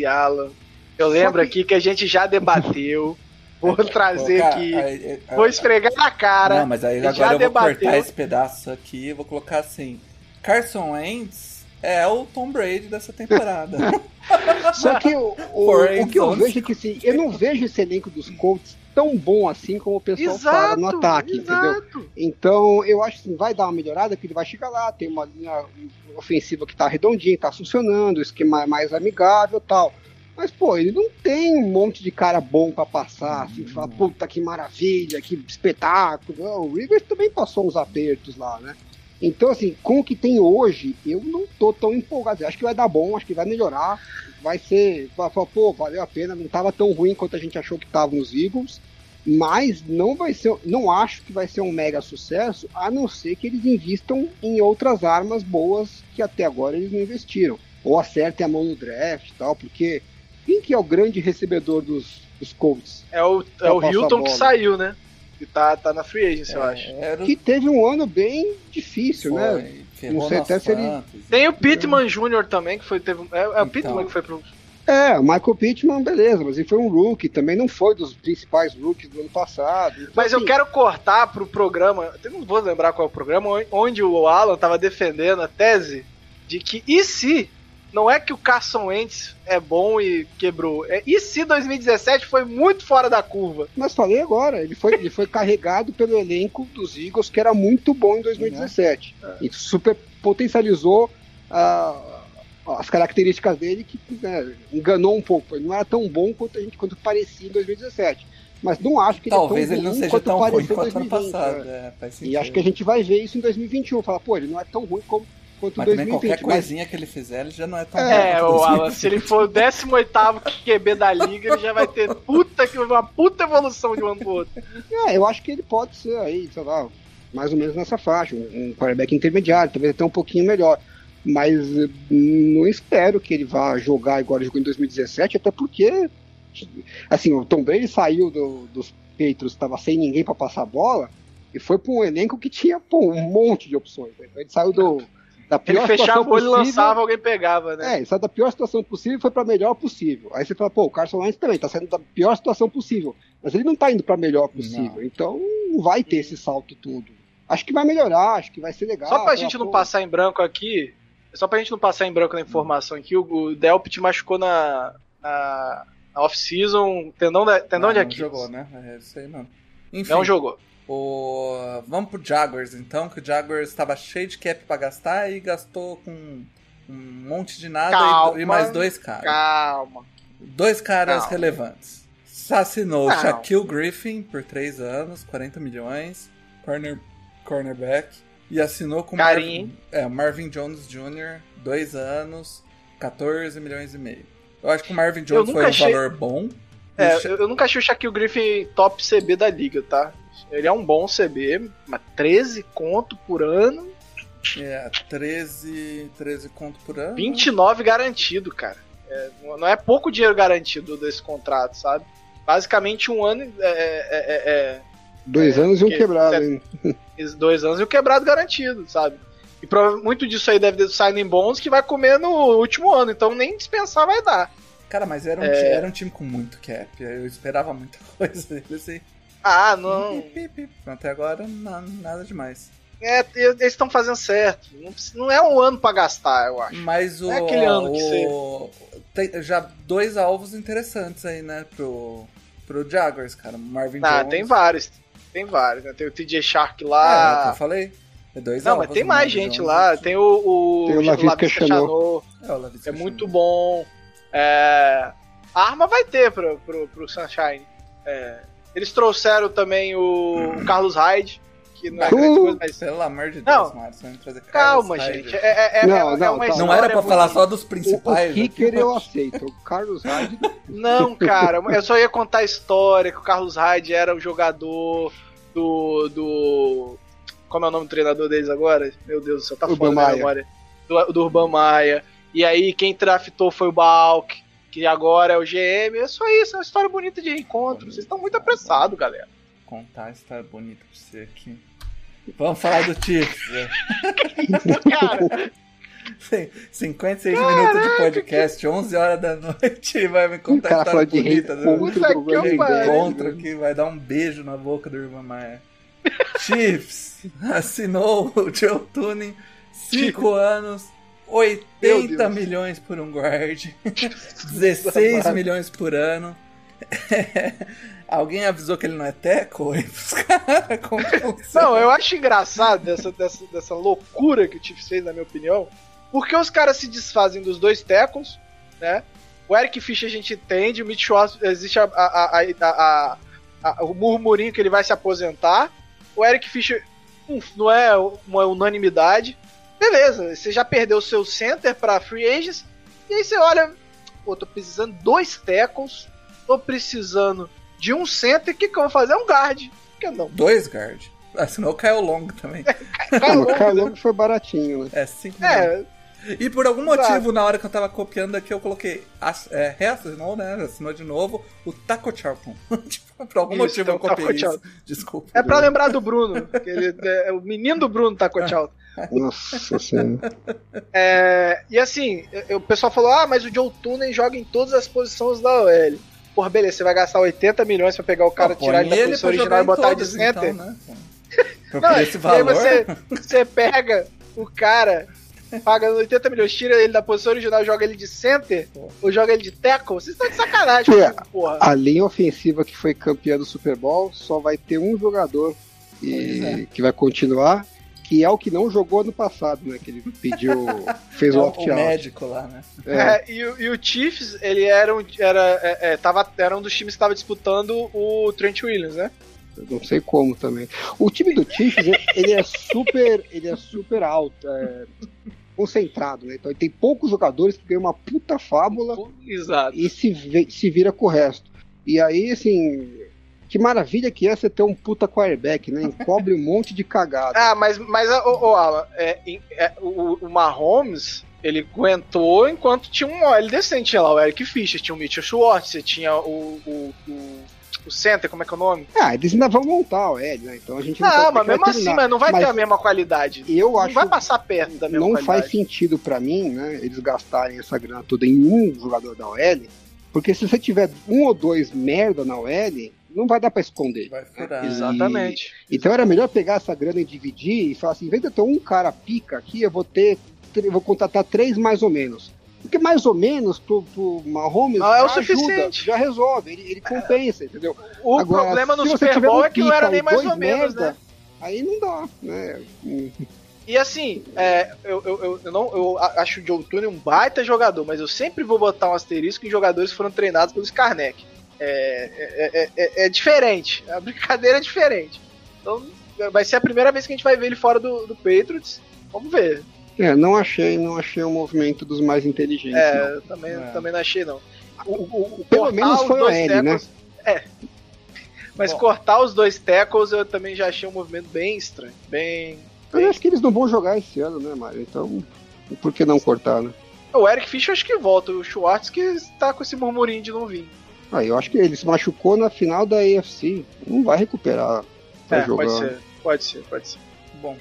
eu lembro aqui que a gente já debateu. Vou trazer aqui. Vou esfregar na cara. Não, mas aí agora eu vou cortar esse pedaço aqui e vou colocar assim: Carson Wentz é o Tom Brady dessa temporada. Só que o que eu vejo é que assim, eu não vejo esse elenco dos Colts tão bom assim como o pessoal fala no ataque, entendeu? Então eu acho que assim, vai dar uma melhorada, que ele vai chegar lá, tem uma linha ofensiva que tá redondinha, tá funcionando, o esquema é mais amigável e tal. Mas, pô, ele não tem um monte de cara bom pra passar, assim, que fala, puta, que maravilha, que espetáculo. O Rivers também passou uns apertos lá, né? Então, assim, com o que tem hoje, eu não tô tão empolgado. Acho que vai dar bom, acho que vai melhorar. Vai ser, vai falar, pô, valeu a pena, não tava tão ruim quanto a gente achou que tava nos Eagles. Mas não vai ser, não acho que vai ser um mega sucesso, a não ser que eles invistam em outras armas boas que até agora eles não investiram. Ou acertem a mão no draft e tal, porque... Quem que é o grande recebedor dos Colts? É o Hilton que saiu, né? Que tá na free agency, eu acho. Que teve um ano bem difícil, né? Não sei até se ele... Tem o Pittman Jr. também, que foi... o Pittman que foi pro... o Michael Pittman, beleza, mas ele foi um rookie, também não foi dos principais rookies do ano passado. Então, mas assim, eu quero cortar pro programa, eu não vou lembrar qual é o programa, onde o Alan tava defendendo a tese de que, e se... Não é que o Carson Wentz é bom e quebrou. E se 2017 foi muito fora da curva? Mas falei agora, ele foi carregado pelo elenco dos Eagles, que era muito bom em 2017. E super potencializou as características dele, que enganou um pouco. Ele não era tão bom quanto parecia em 2017. Mas não acho que talvez ele é tão ruim quanto tão ruim pareceu em quanto ano 2020. passado. E acho que a gente vai ver isso em 2021. Falar, pô, ele não é tão ruim quanto mas 2020. também qualquer coisinha que ele fizer, ele já não é tão bom. Alan, se ele for o 18º QB da liga, ele já vai ter uma puta evolução de um ano pro outro. Eu acho que ele pode ser aí, sei lá, mais ou menos nessa faixa, um quarterback intermediário, talvez até um pouquinho melhor. Mas não espero que ele vá jogar igual ele jogou em 2017, até porque, assim, o Tom Brady saiu dos Patriots, estava sem ninguém para passar a bola, e foi para um elenco que tinha um monte de opções. Ele saiu da pior ele fechava o olho e possível, lançava, alguém pegava, né? Ele saiu da pior situação possível e foi pra melhor possível. Aí você fala, pô, o Carson Wentz também tá saindo da pior situação possível. Mas ele não tá indo pra melhor possível. Não. Então não vai ter esse salto todo. Acho que vai melhorar, acho que vai ser legal. Só pra gente não passar em branco aqui, na informação aqui, o Delpit machucou na off-season, tendão de Aquiles. Não jogou, né? É isso aí, não. Enfim. Não jogou. Vamos pro Jaguars, então, que o Jaguars estava cheio de cap pra gastar e gastou com um monte de nada e mais dois caras. Calma. Dois caras relevantes. Assinou o Shaquille Griffin por 3 anos, 40 milhões, cornerback, e assinou com Marvin Jones Jr., 2 anos, 14 milhões e meio. Eu acho que o Marvin Jones foi um valor bom. Eu nunca achei o Shaquille Griffin top CB da liga, tá? Ele é um bom CB, mas 13 conto por ano. 13 conto por ano. 29 garantido, cara. Não é pouco dinheiro garantido desse contrato, sabe? Basicamente um ano 2 anos e um quebrado, hein? 2 anos e um quebrado garantido, sabe? E muito disso aí deve ter signing bons que vai comer no último ano, então nem dispensar vai dar. Cara, mas era um time com muito cap. Eu esperava muita coisa dele, assim. Não. Até agora, nada demais. Eles estão fazendo certo. Não é um ano pra gastar, eu acho. Mas não é aquele ano que você... Tem já 2 alvos interessantes aí, né, pro Jaguars, cara. Marvin Jones. Tem vários. Né? Tem o TJ Shark lá. Eu falei. É 2 não, alvos. Mas tem mais gente Jones lá. Tem o Laviska Shenault. É muito bom. A arma vai ter pro Sunshine. Eles trouxeram também o Carlos Hyde, que não é grande coisa, mas... Pelo amor de Deus, Mário, você vai me trazer calma, gente. É uma história. Não era pra falar só dos principais. O kicker eu aceito, o Carlos Hyde... Não, cara, eu só ia contar a história, que o Carlos Hyde era o jogador do... Como é o nome do treinador deles agora? Meu Deus do céu, tá foda na memória. Do Urban Meyer. E aí, quem draftou foi o Balk, que agora é o GM. É só isso, é uma história bonita de reencontro. Vocês estão muito apressados, galera. Contar a história bonita pra você aqui. Vamos falar do Chiefs. Cara, 56 minutos de podcast, 11 horas da noite, e vai me contar a história bonita do encontro que vai dar um beijo na boca do Urban Meyer. Chiefs assinou o Joe Thuney 5 anos, 80 milhões por um guard, 16 milhões por ano. Alguém avisou que ele não é tackle? Não, eu acho engraçado dessa loucura que o Chiefs fez, na minha opinião, porque os caras se desfazem dos 2 tackles, né? O Eric Fischer a gente entende, o Mitch Schwartz, existe o murmurinho que ele vai se aposentar. O Eric Fischer não é uma unanimidade. Beleza, você já perdeu o seu center pra free agents, e aí você olha, pô, tô precisando de 2 tackles, tô precisando de um center, o que eu vou fazer? É um guard. Por que não? 2 guard. Assinou o Kyle Long também. O Kyle Long foi baratinho, né? 5 milhões. E por algum motivo, na hora que eu tava copiando aqui, eu coloquei reassinou, né? Assinou de novo o Taco Charlton. Tipo, por algum motivo eu copiei isso. Desculpa. É pra lembrar do Bruno. Que ele é o menino do Bruno, Taco Charlton. Nossa senhora. E assim, o pessoal falou, mas o Joe Thuney joga em todas as posições da OL. Porra, beleza, você vai gastar 80 milhões pra pegar o cara, tirar ele da posição original e botar de center? Então, né? Por esse valor. Aí você pega o cara... Paga 80 milhões, tira ele da posição original, joga ele de center, ou joga ele de tackle, vocês estão de sacanagem, porra. A linha ofensiva que foi campeã do Super Bowl só vai ter um jogador que vai continuar, que é o que não jogou ano passado, né? Que ele pediu, fez o opt-out. O médico lá, né? E o Chiefs, ele era um dos times que estava disputando o Trent Williams, né? Eu não sei como também. O time do Chiefs, ele é super alto, concentrado, né? Então ele tem poucos jogadores que ganham uma puta fábula. Exato. E se vira com o resto. E aí, assim, que maravilha que é você ter um puta quarterback, né? Encobre um monte de cagada. Mas Alan, o Mahomes, ele aguentou enquanto tinha um OL decente. Tinha lá o Eric Fischer, tinha o Mitchell Schwartz, tinha o center, como é que é o nome? Eles ainda vão montar o L, né? Então a gente não mas mesmo assim, mas não vai ter a mesma qualidade. Eu acho não vai passar perto da mesma qualidade. Não faz sentido pra mim, né? Eles gastarem essa grana toda em um jogador da OL, porque se você tiver 1 ou 2 merda na OL, não vai dar pra esconder. Vai furar. Exatamente. Então era melhor pegar essa grana e dividir e falar assim, em vez de eu ter um cara pica aqui, eu vou contratar 3 mais ou menos. Porque mais ou menos pro Mahomes é o suficiente. Já resolve, ele compensa, entendeu? O problema no Super Bowl é que não era nem mais ou menos, né? Aí não dá, né? E assim, eu acho o Joe Thuney um baita jogador, mas eu sempre vou botar um asterisco em jogadores que foram treinados pelo Skarnek. É diferente, a brincadeira é diferente. Então vai ser a primeira vez que a gente vai ver ele fora do Patriots. Vamos ver. Não achei um movimento dos mais inteligentes. Eu também não achei, não. Pelo menos foi o L, né? Mas cortar os 2 tackles eu também já achei um movimento bem estranho. Eu acho que eles não vão jogar esse ano, né, Mário? Então, por que não cortar, né? O Eric Fischer acho que volta, o Schwartz que tá com esse murmurinho de não vir. Eu acho que ele se machucou na final da AFC. Não vai recuperar pra jogar. Pode ser. Bom,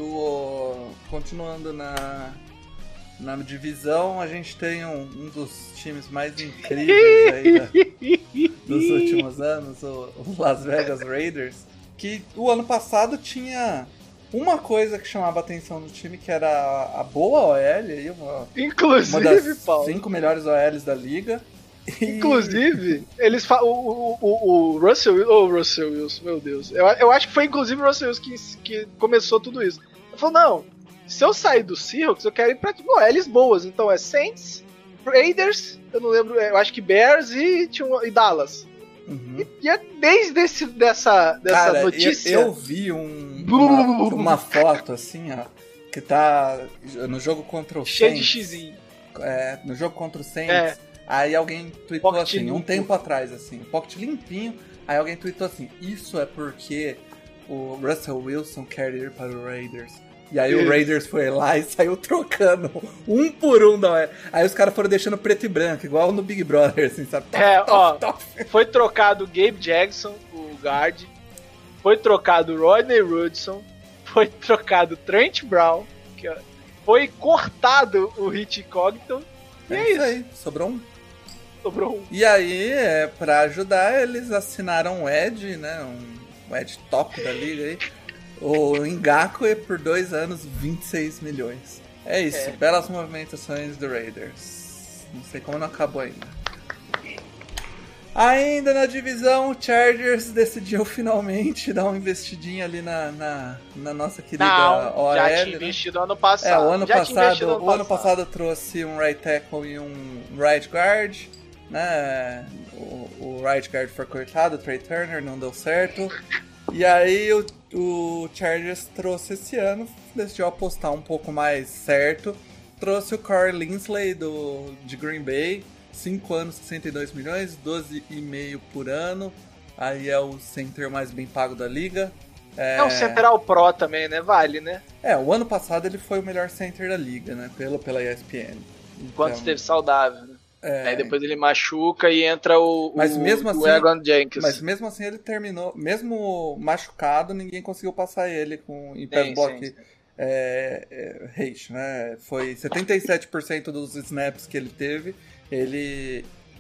continuando na divisão, a gente tem um dos times mais incríveis aí dos últimos anos, o Las Vegas Raiders, que o ano passado tinha uma coisa que chamava a atenção no time, que era a boa OL, aí uma das 5 melhores OLs da liga. Inclusive, eles o Russell Wilson, meu Deus. Eu acho que foi inclusive o Russell Wilson que começou tudo isso. Ele falou, não, se eu sair do Seahawks, eu quero ir pra OLs boas. Então é Saints, Raiders, eu não lembro, eu acho que Bears e Dallas. E é desde dessa Cara, notícia. Eu vi uma foto assim, ó, que tá no jogo contra o cheio Saints. de xizinho. No jogo contra o Saints. Aí alguém tweetou Pocket assim, limpo. um tempo atrás, assim, pocket limpinho. Aí alguém tweetou assim, isso é porque o Russell Wilson quer ir para o Raiders. E aí o Raiders foi lá e saiu trocando um por um. Aí os caras foram deixando preto e branco, igual no Big Brother, assim, sabe? Top. Foi trocado o Gabe Jackson, o guard. Foi trocado o Rodney Rudson. Foi trocado o Trent Brown. Foi cortado o Rich Cogton. E é isso aí, sobrou um. Sobrou um. E aí, pra ajudar, eles assinaram um Edge, né? Um Edge top da liga aí. O Ngakoue por 2 anos, 26 milhões. É isso, belas movimentações do Raiders. Não sei como não acabou ainda. Ainda na divisão, o Chargers decidiu finalmente dar uma investidinha ali na nossa querida OL. Já tinha investido ano passado. O ano passado trouxe um right tackle e um right guard, né? O right guard foi cortado, o Trey Turner, não deu certo. E aí o Chargers trouxe esse ano, decidiu apostar um pouco mais certo. Trouxe o Corey Linsley de Green Bay. 5 anos, 62 milhões, 12,5 por ano. Aí é o center mais bem pago da liga. O center All Pro também, né? Vale, né? O ano passado ele foi o melhor center da liga, né? Pela ESPN. Enquanto esteve saudável, né? Aí depois ele machuca e entra o Egon Jenkins. Mas mesmo assim ele terminou, mesmo machucado, ninguém conseguiu passar ele em pass block ratio, né? Foi 77% dos snaps que ele teve. Ele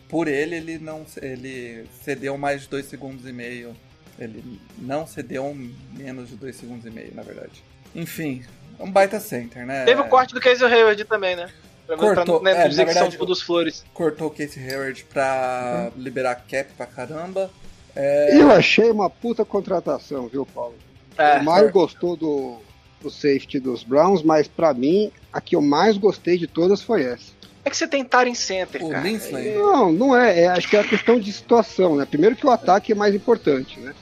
cedeu mais de 2 segundos e meio. Ele não cedeu menos de 2 segundos e meio, na verdade. Enfim, um baita center, né? Teve o corte do Casey Hayward também, né? Cortou, pra dizer que são tipo dos flores. Cortou o Casey Hayward pra liberar cap pra caramba. Eu achei uma puta contratação, viu, Paulo? O Mário gostou do safety dos Browns, mas pra mim, a que eu mais gostei de todas foi essa. É que você tem Taren Center, cara. Linsley? Não é. Acho que é a questão de situação, né? Primeiro que o ataque é mais importante, né?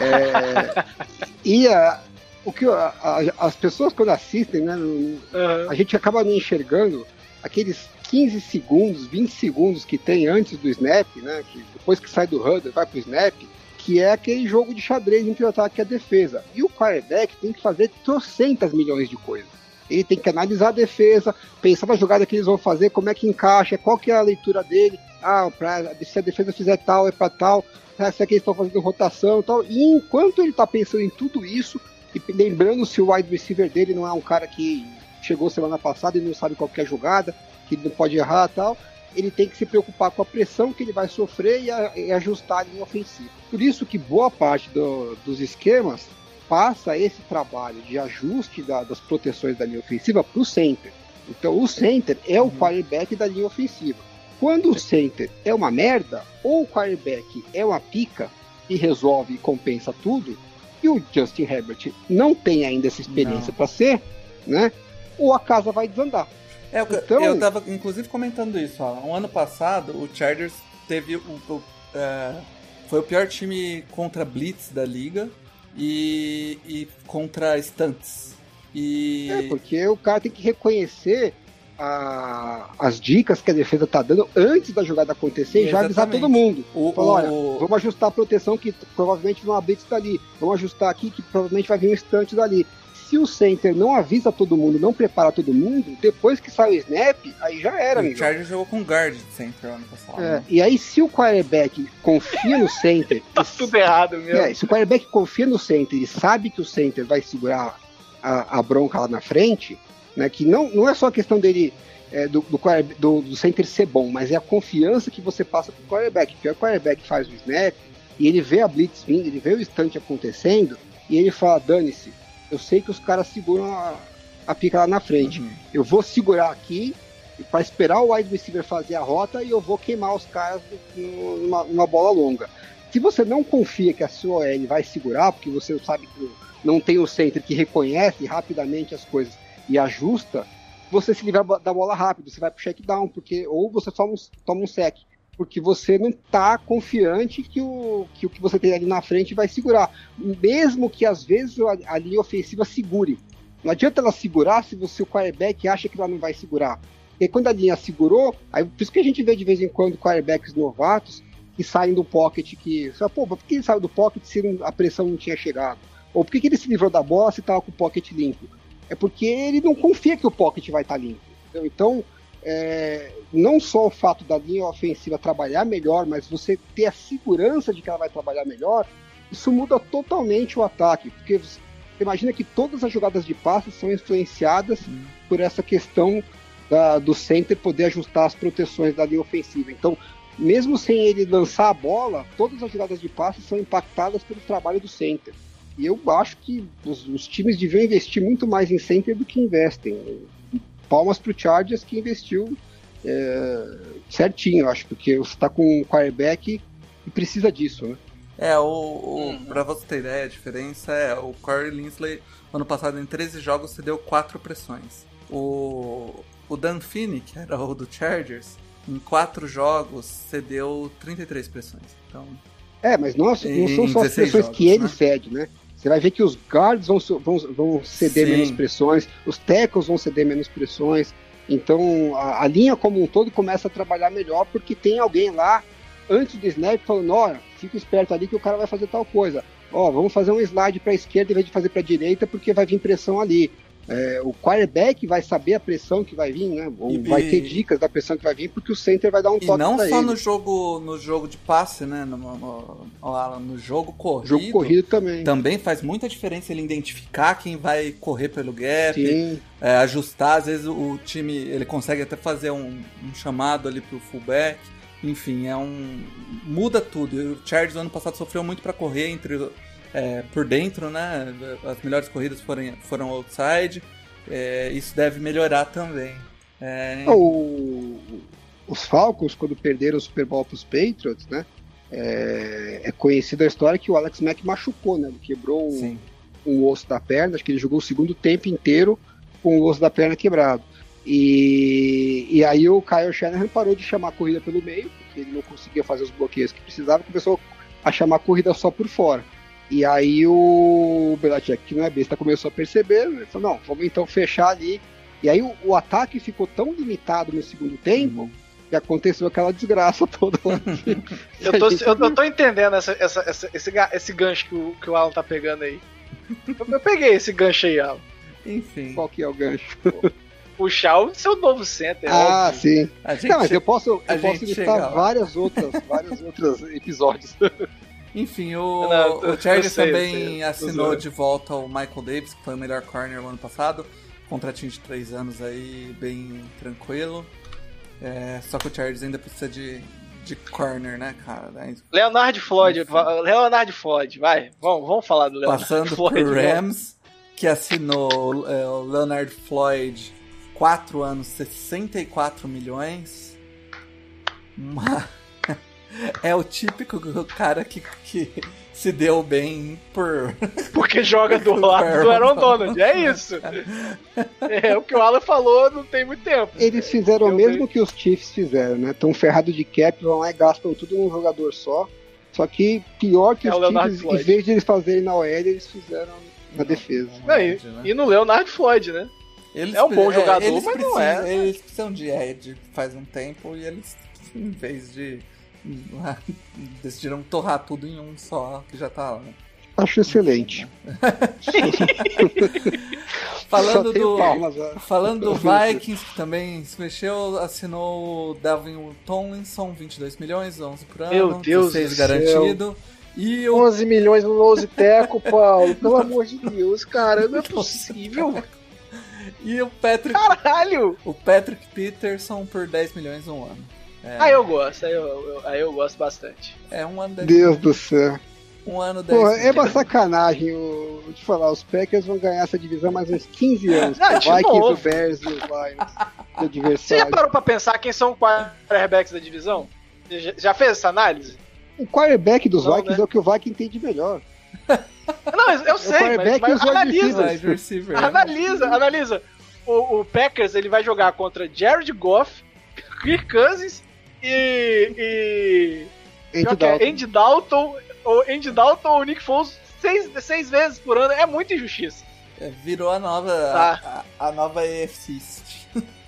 As pessoas quando assistem, né? A gente acaba não enxergando aqueles 15 segundos, 20 segundos que tem antes do snap, né? Que depois que sai do huddle vai pro snap, que é aquele jogo de xadrez entre o ataque e a defesa. E o quarterback tem que fazer trocentas milhões de coisas. Ele tem que analisar a defesa, pensar na jogada que eles vão fazer, como é que encaixa, qual que é a leitura dele, se a defesa fizer tal, é pra tal, se é que eles estão fazendo rotação e tal. E enquanto ele tá pensando em tudo isso, e lembrando se o wide receiver dele não é um cara que chegou semana passada e não sabe qual que é a jogada, que ele não pode errar e tal, ele tem que se preocupar com a pressão que ele vai sofrer e ajustar a linha ofensiva. Por isso que boa parte dos esquemas passa esse trabalho de ajuste das proteções da linha ofensiva para o center. Então o center é o quarterback da linha ofensiva. Quando o center é uma merda, ou o quarterback é uma pica e resolve e compensa tudo, e o Justin Herbert não tem ainda essa experiência para ser, né? Ou a casa vai desandar. Então, eu tava inclusive comentando isso, ó. Um ano passado o Chargers teve foi o pior time contra blitz da liga e contra stunts. Porque o cara tem que reconhecer as dicas que a defesa tá dando antes da jogada acontecer e já avisar todo mundo. Falar, olha, vamos ajustar a proteção que provavelmente não há blitz dali, vamos ajustar aqui que provavelmente vai vir um stunt dali. Se o center não avisa todo mundo, não prepara todo mundo, depois que sai o snap, aí já era, amigo. O Chargers jogou com guard de center ano passado. Né? E aí se o quarterback confia no center... tá tudo errado mesmo. Se o quarterback confia no center e sabe que o center vai segurar a bronca lá na frente, né, que não é só a questão dele, do center ser bom, mas é a confiança que você passa pro quarterback. Porque o quarterback faz o snap e ele vê a blitz vindo, ele vê o stunt acontecendo e ele fala, dane-se, eu sei que os caras seguram a pica lá na frente. Eu vou segurar aqui para esperar o wide receiver fazer a rota e eu vou queimar os caras numa bola longa. Se você não confia que a sua OL vai segurar, porque você sabe que não tem o center que reconhece rapidamente as coisas e ajusta, você se livra da bola rápido, você vai pro check down, ou você toma um sec. porque você não está confiante que o que você tem ali na frente vai segurar. Mesmo que às vezes a linha ofensiva segure. Não adianta ela segurar se o quarterback acha que ela não vai segurar. E quando a linha segurou, aí, por isso que a gente vê de vez em quando quarterbacks novatos que saem do pocket, por que ele saiu do pocket se a pressão não tinha chegado? Ou por que ele se livrou da bola se estava com o pocket limpo? É porque ele não confia que o pocket vai estar limpo. Entendeu? Então, não só o fato da linha ofensiva trabalhar melhor, mas você ter a segurança de que ela vai trabalhar melhor, isso muda totalmente o ataque, porque você imagina que todas as jogadas de passe são influenciadas por essa questão do center poder ajustar as proteções da linha ofensiva. Então, mesmo sem ele lançar a bola, todas as jogadas de passe são impactadas pelo trabalho do center. E eu acho que os times deviam investir muito mais em center do que investem. Palmas pro Chargers que investiu certinho, eu acho, porque você está com um quarterback e precisa disso, né? Pra você ter ideia, a diferença o Corey Linsley, ano passado em 13 jogos, cedeu 4 pressões. O Dan Finney, que era o do Chargers, em 4 jogos, cedeu 33 pressões. Então, mas não são só as pressões jogos, que ele cede, né? Você vai ver que os guards vão ceder menos pressões, os tackles vão ceder menos pressões. Então, a linha como um todo começa a trabalhar melhor porque tem alguém lá, antes do snap, falando, olha, fica esperto ali que o cara vai fazer tal coisa. Vamos fazer um slide para a esquerda em vez de fazer para a direita porque vai vir pressão ali. O quarterback vai saber a pressão que vai vir, né? Ou vai ter dicas da pressão que vai vir, porque o center vai dar um toque pra ele. E não só no jogo de passe, né? No jogo corrido. Jogo corrido também. Também faz muita diferença ele identificar quem vai correr pelo gap, ajustar. Às vezes o time ele consegue até fazer um chamado ali pro fullback. Enfim, muda tudo. O Chargers ano passado sofreu muito para correr por dentro, né? As melhores corridas foram outside. Isso deve melhorar também. Os Falcons, quando perderam o Super Bowl para os Patriots, né? É conhecida a história que o Alex Mack machucou, né? Ele quebrou um osso da perna. Acho que ele jogou o segundo tempo inteiro com o osso da perna quebrado. E aí o Kyle Shanahan parou de chamar a corrida pelo meio, porque ele não conseguia fazer os bloqueios que precisava, e começou a chamar a corrida só por fora. E aí o Belichick, que não é besta, começou a perceber, né? Falou, não, vamos então fechar ali. E aí o ataque ficou tão limitado no segundo tempo que aconteceu aquela desgraça toda lá. Eu tô entendendo esse gancho que o Alan tá pegando aí. Eu peguei esse gancho aí, Alan. Enfim. Qual que é o gancho? Puxar o seu novo center. Óbvio. Sim. Não, mas eu posso listar vários outros episódios. Enfim, o Chargers também assinou de volta o Michael Davis, que foi o melhor corner no ano passado. Contratinho de 3 anos aí, bem tranquilo. Só que o Chargers ainda precisa de corner, né, cara? Leonard Floyd, vai. Vamos falar do Leonard Floyd. Passando pro Rams, que assinou o Leonard Floyd 4 anos, 64 milhões. É o típico cara que se deu bem porque joga do lado do Aaron Donald. É isso. É o que o Alan falou não tem muito tempo. Eles fizeram o mesmo que os Chiefs fizeram, né? Estão ferrados de cap, vão lá e gastam tudo num jogador só. Só que pior que os Chiefs, em vez de eles fazerem na OL, eles fizeram na defesa. E no Leonard Floyd, né? Eles um bom jogador, mas não é. Eles precisam de Ed faz um tempo e eles, em vez de decidiram torrar tudo em um só, que já tá lá. Acho excelente. Falando do Vikings, que também se mexeu, assinou o Dalvin Tomlinson, 22 milhões, 11 por ano, meu Deus 16 garantido. E 11 milhões no nose teco, Paulo, pelo amor de Deus, cara, não é possível. E o Patrick... Caralho! O Patrick Peterson por 10 milhões um ano. Eu gosto, aí eu gosto bastante. Um ano... Deus do céu. Um ano 10 milhões. É uma sacanagem, vou te falar, os Packers vão ganhar essa divisão mais uns 15 anos. O Vikings, o Bears e os Lions, o adversário. Você já parou pra pensar quem são os quarterbacks da divisão? Já fez essa análise? O quarterback dos Vikings, né? É o que o Viking tem de melhor. Não, eu sei, mas analisa. Analisa. O Packers ele vai jogar contra Jared Goff, Kirk Cousins e Andy Dalton. Andy Dalton ou Nick Foles 6 vezes por ano é muita injustiça. Virou a nova a nova AFC East.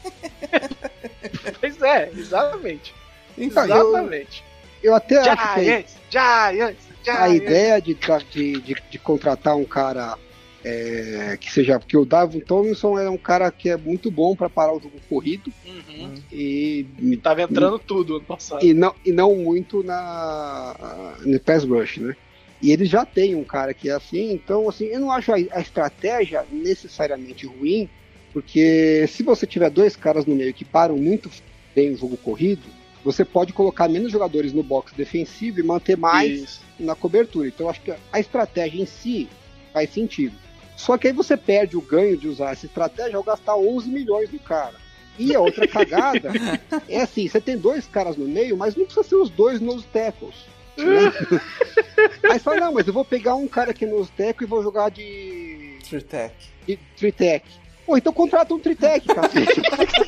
Pois é, exatamente. Então, Exatamente. Eu até acho que Giants. a ideia de contratar um cara que seja... Porque o Dalvin Tomlinson era um cara que é muito bom para parar o jogo corrido. Uhum. E tava entrando tudo ano passado. E não muito no pass rush, né? E eles já têm um cara que é assim. Então, assim, eu não acho a estratégia necessariamente ruim, porque se você tiver dois caras no meio que param muito bem o jogo corrido, você pode colocar menos jogadores no box defensivo e manter mais na cobertura. Então, acho que a estratégia em si faz sentido. Só que aí você perde o ganho de usar essa estratégia ao gastar 11 milhões no cara. E a outra cagada é assim, você tem dois caras no meio, mas não precisa ser os dois nos tackles. Né? Aí você fala, não, mas eu vou pegar um cara aqui nos tackles e vou jogar de... Tritec. Pô, então contrata um Tritec, cacete.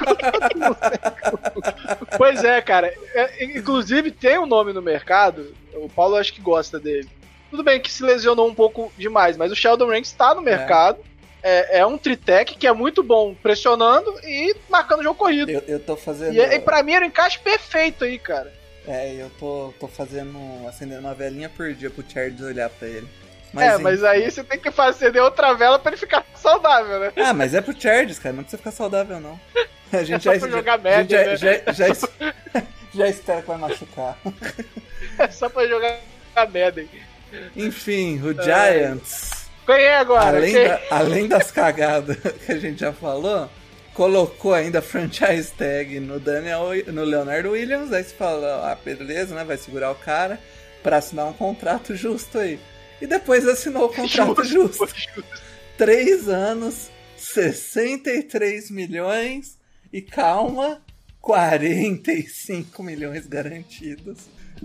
Pois é, cara. Inclusive, tem um nome no mercado, o Paulo acho que gosta dele. Tudo bem que se lesionou um pouco demais, mas o Sheldon Ranks está no mercado. É um Tritec que é muito bom pressionando e marcando o jogo corrido. Eu tô fazendo... E pra mim era um encaixe perfeito aí, cara. Eu tô fazendo... acendendo uma velinha por dia pro Charles olhar pra ele. Mas aí você tem que acender outra vela pra ele ficar saudável, né? Mas é pro Chargers, cara. Não precisa ficar saudável, não. A gente só pra jogar média, né? Já espera que vai machucar. É só pra jogar média. Enfim, o Giants... Quem é agora? Além das cagadas que a gente já falou, colocou ainda franchise tag no Leonard Williams. Aí você fala, beleza, né? Vai segurar o cara pra assinar um contrato justo aí. E depois assinou o contrato justo. 3 anos, 63 milhões e calma, 45 milhões garantidos.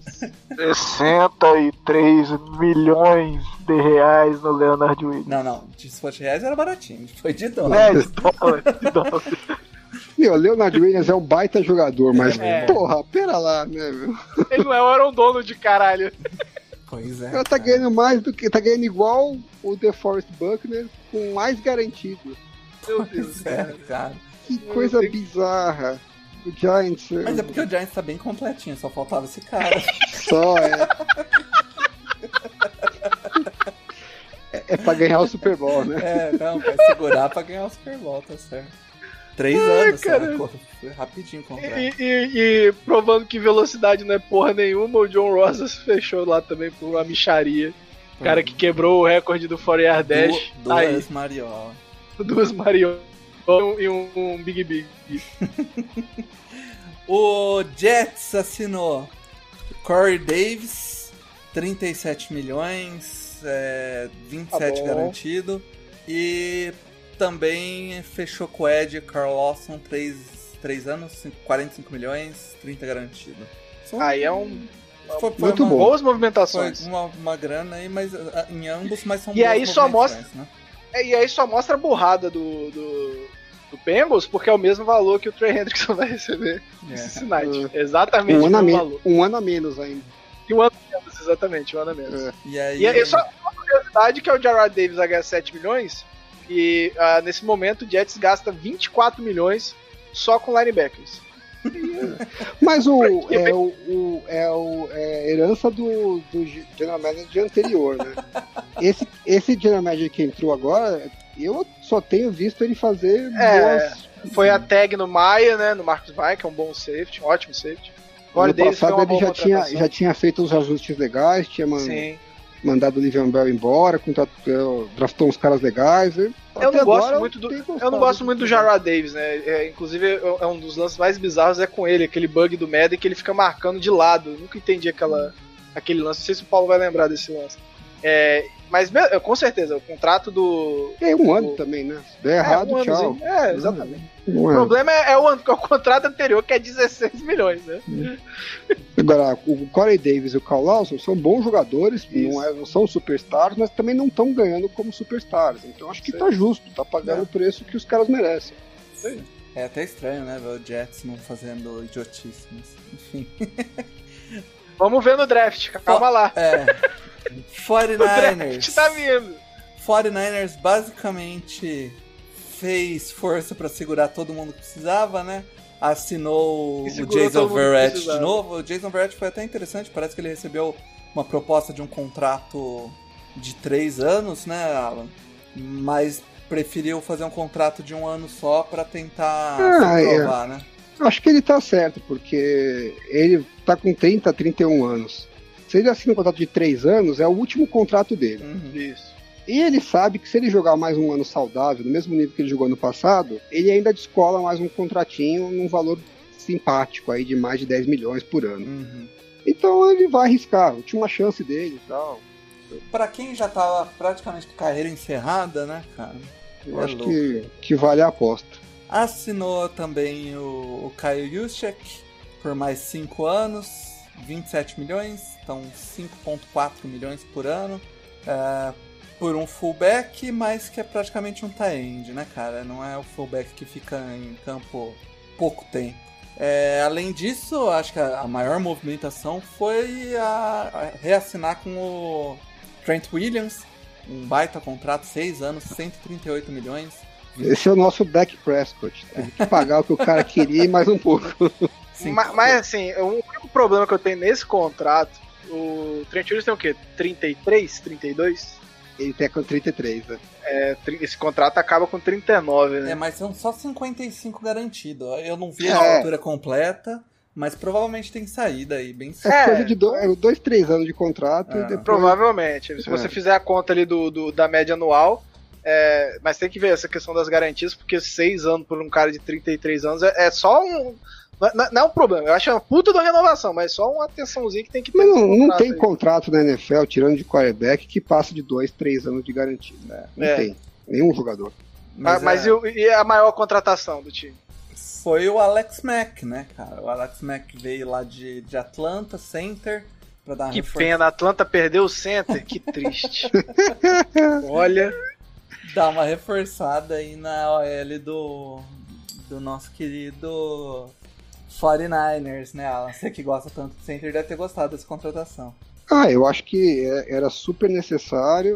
63 milhões de reais no Leonard Williams. Não, se fosse reais era baratinho, foi de dólar. De dólar. Meu, Leonard Williams é um baita jogador, mas porra, pera lá, né, meu? Ele não é o Aaron Donald de caralho. Pois é. Ela tá ganhando mais do que... Tá ganhando igual o DeForest Buckner, com mais garantido. Meu Deus, cara. Que coisa bizarra. O Giants... Mas é porque o Giants tá bem completinho, só faltava esse cara. Só é pra ganhar o Super Bowl, né? Vai segurar pra ganhar o Super Bowl, tá certo. 3 anos, cara. Foi rapidinho comprar. E provando que velocidade não é porra nenhuma, o John Rosas fechou lá também por uma micharia. O cara que quebrou o recorde do 4-yard dash. Duas Mariola. 2 Mariola e um Big Big. O Jets assinou Corey Davis, 37 milhões, 27 garantido. E também fechou com o Ed Carl Lawson, 3 anos, 45 milhões, 30 garantido. Aí foi muito bom. Boas movimentações. Foi uma grana aí, mas em ambos, mas são e aí só mostra, né? E aí só mostra a burrada do Bengals, porque é o mesmo valor que o Trey Hendrickson vai receber esse night. Exatamente o mesmo valor. Um ano a menos ainda. E um ano a menos, exatamente, um ano a menos. E aí... E só uma curiosidade que é o Jarrad Davis vai ganhar 7 milhões e nesse momento o Jets gasta 24 milhões só com linebackers. Mas a herança do General Manager anterior, né? Esse General Manager que entrou agora, eu só tenho visto ele fazer boas... Foi a tag no Maia, né? No Marcus Maia, que é um bom safety, um ótimo safety. No passado ele já tinha feito uns ajustes legais, tinha mandado o Livian Bell embora, draftou uns caras legais. Eu não gosto muito do Jarrad Davis, né? Inclusive, é um dos lances mais bizarros com ele, aquele bug do Madden que ele fica marcando de lado. Eu nunca entendi aquele lance. Não sei se o Paulo vai lembrar desse lance. Mas com certeza, o contrato do... É um ano também, né? Se der errado, tchau. Exatamente. O problema é o contrato anterior, que é 16 milhões, né? Agora, o Corey Davis e o Carl Lawson são bons jogadores, não são superstars, mas também não estão ganhando como superstars. Então acho que tá justo, tá pagando o preço que os caras merecem. É até estranho, né, ver o Jets não fazendo idiotice, mas enfim. Vamos ver no draft, calma lá. É. 49ers. O draft tá vindo. 49ers basicamente fez força pra segurar todo mundo que precisava, né? Assinou o Jason Verrett de novo. O Jason Verrett foi até interessante, parece que ele recebeu uma proposta de um contrato de 3 anos, né, Alan? Mas preferiu fazer um contrato de 1 ano só pra tentar se provar, né? Acho que ele tá certo, porque ele tá com 30, 31 anos. Se ele assina um contrato de 3 anos, é o último contrato dele. Isso. E ele sabe que se ele jogar mais um ano saudável, no mesmo nível que ele jogou no passado, ele ainda descola mais um contratinho num valor simpático aí de mais de 10 milhões por ano. Então ele vai arriscar, última chance dele e tal. Pra quem já tava praticamente com carreira encerrada, né, cara? Eu acho que vale a aposta. Assinou também o Kyle Juszczyk por mais 5 anos, 27 milhões, então 5,4 milhões por ano. Por um fullback, mas que é praticamente um tight end, né, cara? Não é o fullback que fica em campo pouco tempo. Além disso, acho que a maior movimentação foi a reassinar com o Trent Williams, um baita contrato, 6 anos, 138 milhões. Esse é o nosso Dak Prescott. Tem que pagar o que o cara queria e mais um pouco. Mas assim, o único problema que eu tenho nesse contrato, o Trent Williams tem o quê? 33? 32? Ele tem com 33, né? Esse contrato acaba com 39, né? Mas são só 55 garantidos. Eu não vi a altura completa, mas provavelmente tem saída aí, bem certo. É coisa de 2, 3 anos de contrato. E depois... Provavelmente. Se você fizer a conta ali da média anual, mas tem que ver essa questão das garantias, porque 6 anos por um cara de 33 anos é só um... Não é um problema, eu acho uma puta da renovação, mas só uma atençãozinha que tem que ter. Mas não tem contrato na NFL, tirando de quarterback, que passa de 2, 3 anos de garantia. Né? Não tem. Nenhum jogador. Mas e a maior contratação do time? Foi o Alex Mack, né, cara? O Alex Mack veio lá de Atlanta, center, pra dar uma pena, a Atlanta perdeu o center, que triste. Olha. Dá uma reforçada aí na OL do nosso querido 49ers, né, Alan? Você que gosta tanto do center deve ter gostado dessa contratação. Eu acho que era super necessário.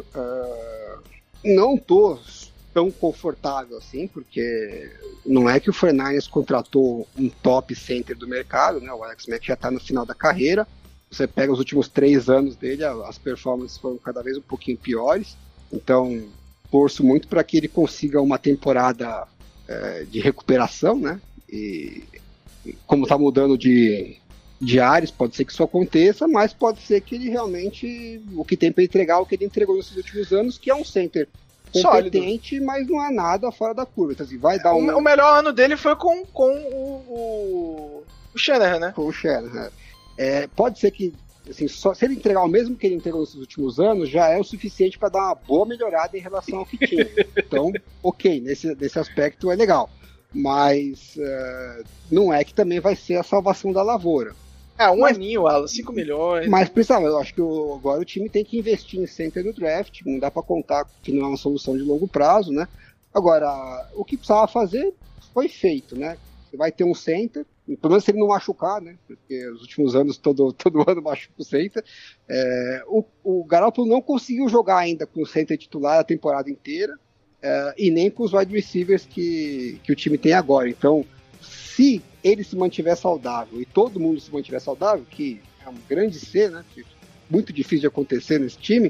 Não tô tão confortável assim, porque não é que o 49ers contratou um top center do mercado, né? O Alex Mack já tá no final da carreira. Você pega os últimos 3 anos dele, as performances foram cada vez um pouquinho piores. Então, torço muito para que ele consiga uma temporada de recuperação, né? E como tá mudando de áreas, pode ser que isso aconteça, mas pode ser que ele realmente, o que tem para entregar, o que ele entregou nesses últimos anos, que é um center competente, sólido, mas não é nada fora da curva. Então, assim, vai dar o melhor ano dele foi com o Shanahan, né? Com o Shanahan. Pode ser que, assim, se ele entregar o mesmo que ele entregou nesses últimos anos, já é o suficiente para dar uma boa melhorada em relação ao que tinha. Então, ok, nesse aspecto é legal. Mas não é que também vai ser a salvação da lavoura. Aninho, Alan, 5 milhões. Mas precisava, eu acho que agora o time tem que investir em center no draft, não dá para contar que não é uma solução de longo prazo, né? Agora, o que precisava fazer foi feito, né? Você vai ter um center, pelo menos se ele não machucar, né? Porque os últimos anos, todo ano machuca o center. O Garoppolo não conseguiu jogar ainda com o center titular a temporada inteira, e nem com os wide receivers que o time tem agora. Então, se ele se mantiver saudável e todo mundo se mantiver saudável, que é um grande ser, né? Muito difícil de acontecer nesse time,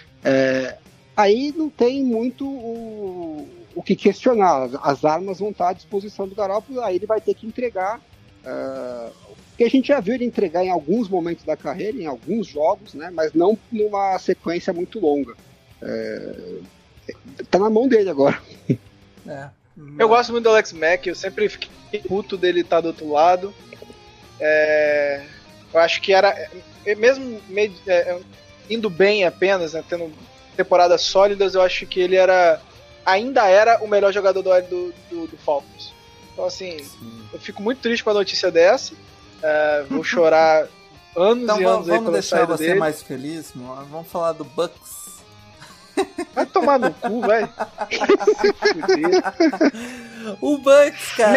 aí não tem muito o que questionar. As armas vão estar à disposição do Garoppolo, aí ele vai ter que entregar. Porque a gente já viu ele entregar em alguns momentos da carreira, em alguns jogos, né? Mas não numa sequência muito longa. Tá na mão dele agora. Eu gosto muito do Alex Mack, eu sempre fiquei puto dele estar do outro lado. Eu acho que era, mesmo indo bem apenas, né, tendo temporadas sólidas, eu acho que ele ainda era o melhor jogador do Falcons. Então, assim, eu fico muito triste com a notícia dessa. Vou chorar anos e anos aí pela saída dele. Vamos deixar você mais feliz, mano. Vamos falar do Bucks. Vai tomar no cu, velho. O Bucks, cara.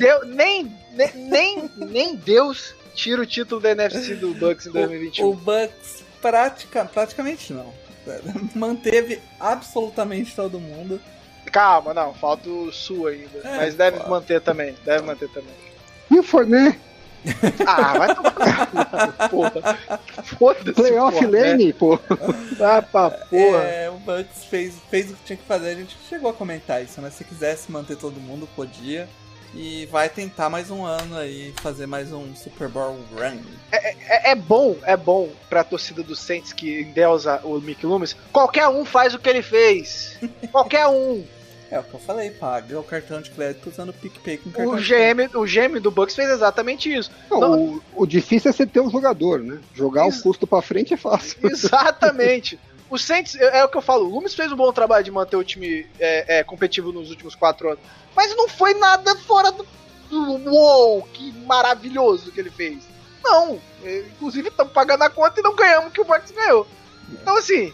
Nem Deus tira o título da NFC do Bucks em 2021. O Bucks praticamente não. Manteve absolutamente todo mundo. Calma, não, falta o Sul ainda. Mas deve manter também. E o Fournette? Vai tomar. Porra. Foda-se. Playoff Lane, pô. Vai pra porra. O Bucks fez o que tinha que fazer. A gente chegou a comentar isso, né? Se quisesse manter todo mundo, podia. E vai tentar mais um ano aí, fazer mais um Super Bowl run. É bom pra torcida do Saints que endeusa o Mick Loomis. Qualquer um faz o que ele fez. Qualquer um. É o que eu falei, paga o cartão de crédito usando o PicPay com cartão O GM do Bucks fez exatamente isso. Não, o difícil é você ter um jogador, né? Jogar o custo pra frente é fácil. Exatamente. O Saints, é o que eu falo, o Loomis fez um bom trabalho de manter o time competitivo nos últimos 4 anos, mas não foi nada fora do uou, que maravilhoso que ele fez. Não, inclusive estamos pagando a conta e não ganhamos o que o Bucks ganhou. Então assim,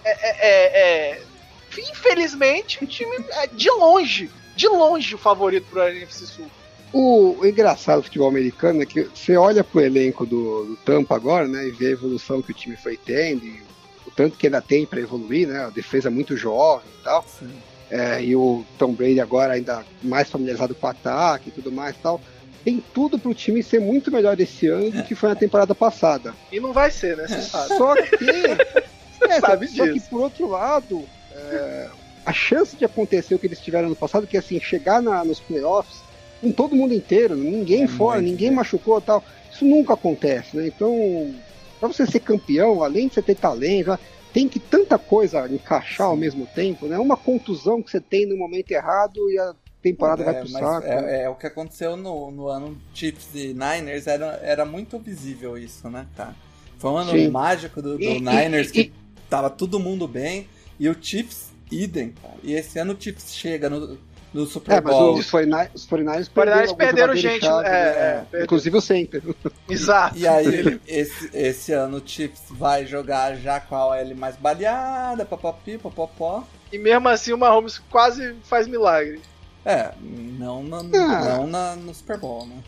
infelizmente o time é de longe o favorito pro NFC Sul. O engraçado do futebol americano é que você olha pro elenco do Tampa agora, né, e vê a evolução que o time foi tendo, e o tanto que ainda tem para evoluir, né, a defesa muito jovem e tal. E o Tom Brady agora ainda mais familiarizado com o ataque e tudo mais e tal. Tem tudo pro time ser muito melhor esse ano do que foi na temporada passada. E não vai ser, né? Você sabe. Só sabe só que por outro lado, a chance de acontecer o que eles tiveram no passado, que é assim, chegar nos playoffs com todo mundo inteiro, ninguém fora, ninguém machucou e tal, isso nunca acontece, né? Então, pra você ser campeão, além de você ter talento, tem que tanta coisa encaixar ao mesmo tempo, né? Uma contusão que você tem no momento errado e a temporada vai pro saco. O que aconteceu no ano Chiefs e Niners, era muito visível isso, né, cara? Foi um ano mágico do Niners, que tava todo mundo bem, e o Chiefs, idem, cara. E esse ano o Chiefs chega no Super Bowl. Mas os 49ers perderam gente, inclusive o center. Exato. E aí, esse ano o Chiefs vai jogar já com a OL mais baleada, papapi, papapó. E mesmo assim o Mahomes quase faz milagre. Não no Super Bowl, né?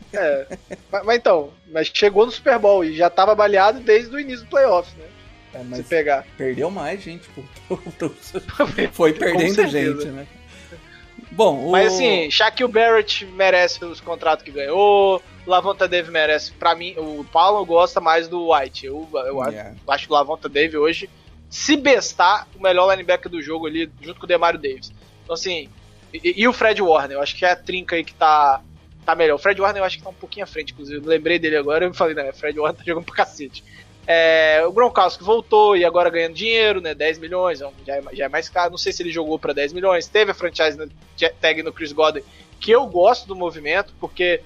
Mas chegou no Super Bowl e já tava baleado desde o início do playoff, né? Mas se pegar. Perdeu mais gente, foi perdendo gente, né? Bom, mas assim, Shaquille Barrett merece os contratos que ganhou, Lavonte David merece. Pra mim, o Paulo gosta mais do White. Eu acho que o Lavonte David hoje, se bestar, o melhor linebacker do jogo ali, junto com o Demario Davis. Então assim, e o Fred Warner, eu acho que é a trinca aí que tá melhor. O Fred Warner eu acho que tá um pouquinho à frente, inclusive. Eu lembrei dele agora, eu falei, né, o Fred Warner tá jogando pra cacete. O Gronkowski voltou e agora ganhando dinheiro, né? 10 milhões, já é mais caro. Não sei se ele jogou pra 10 milhões. Teve a franchise tag no Chris Godwin, que eu gosto do movimento, porque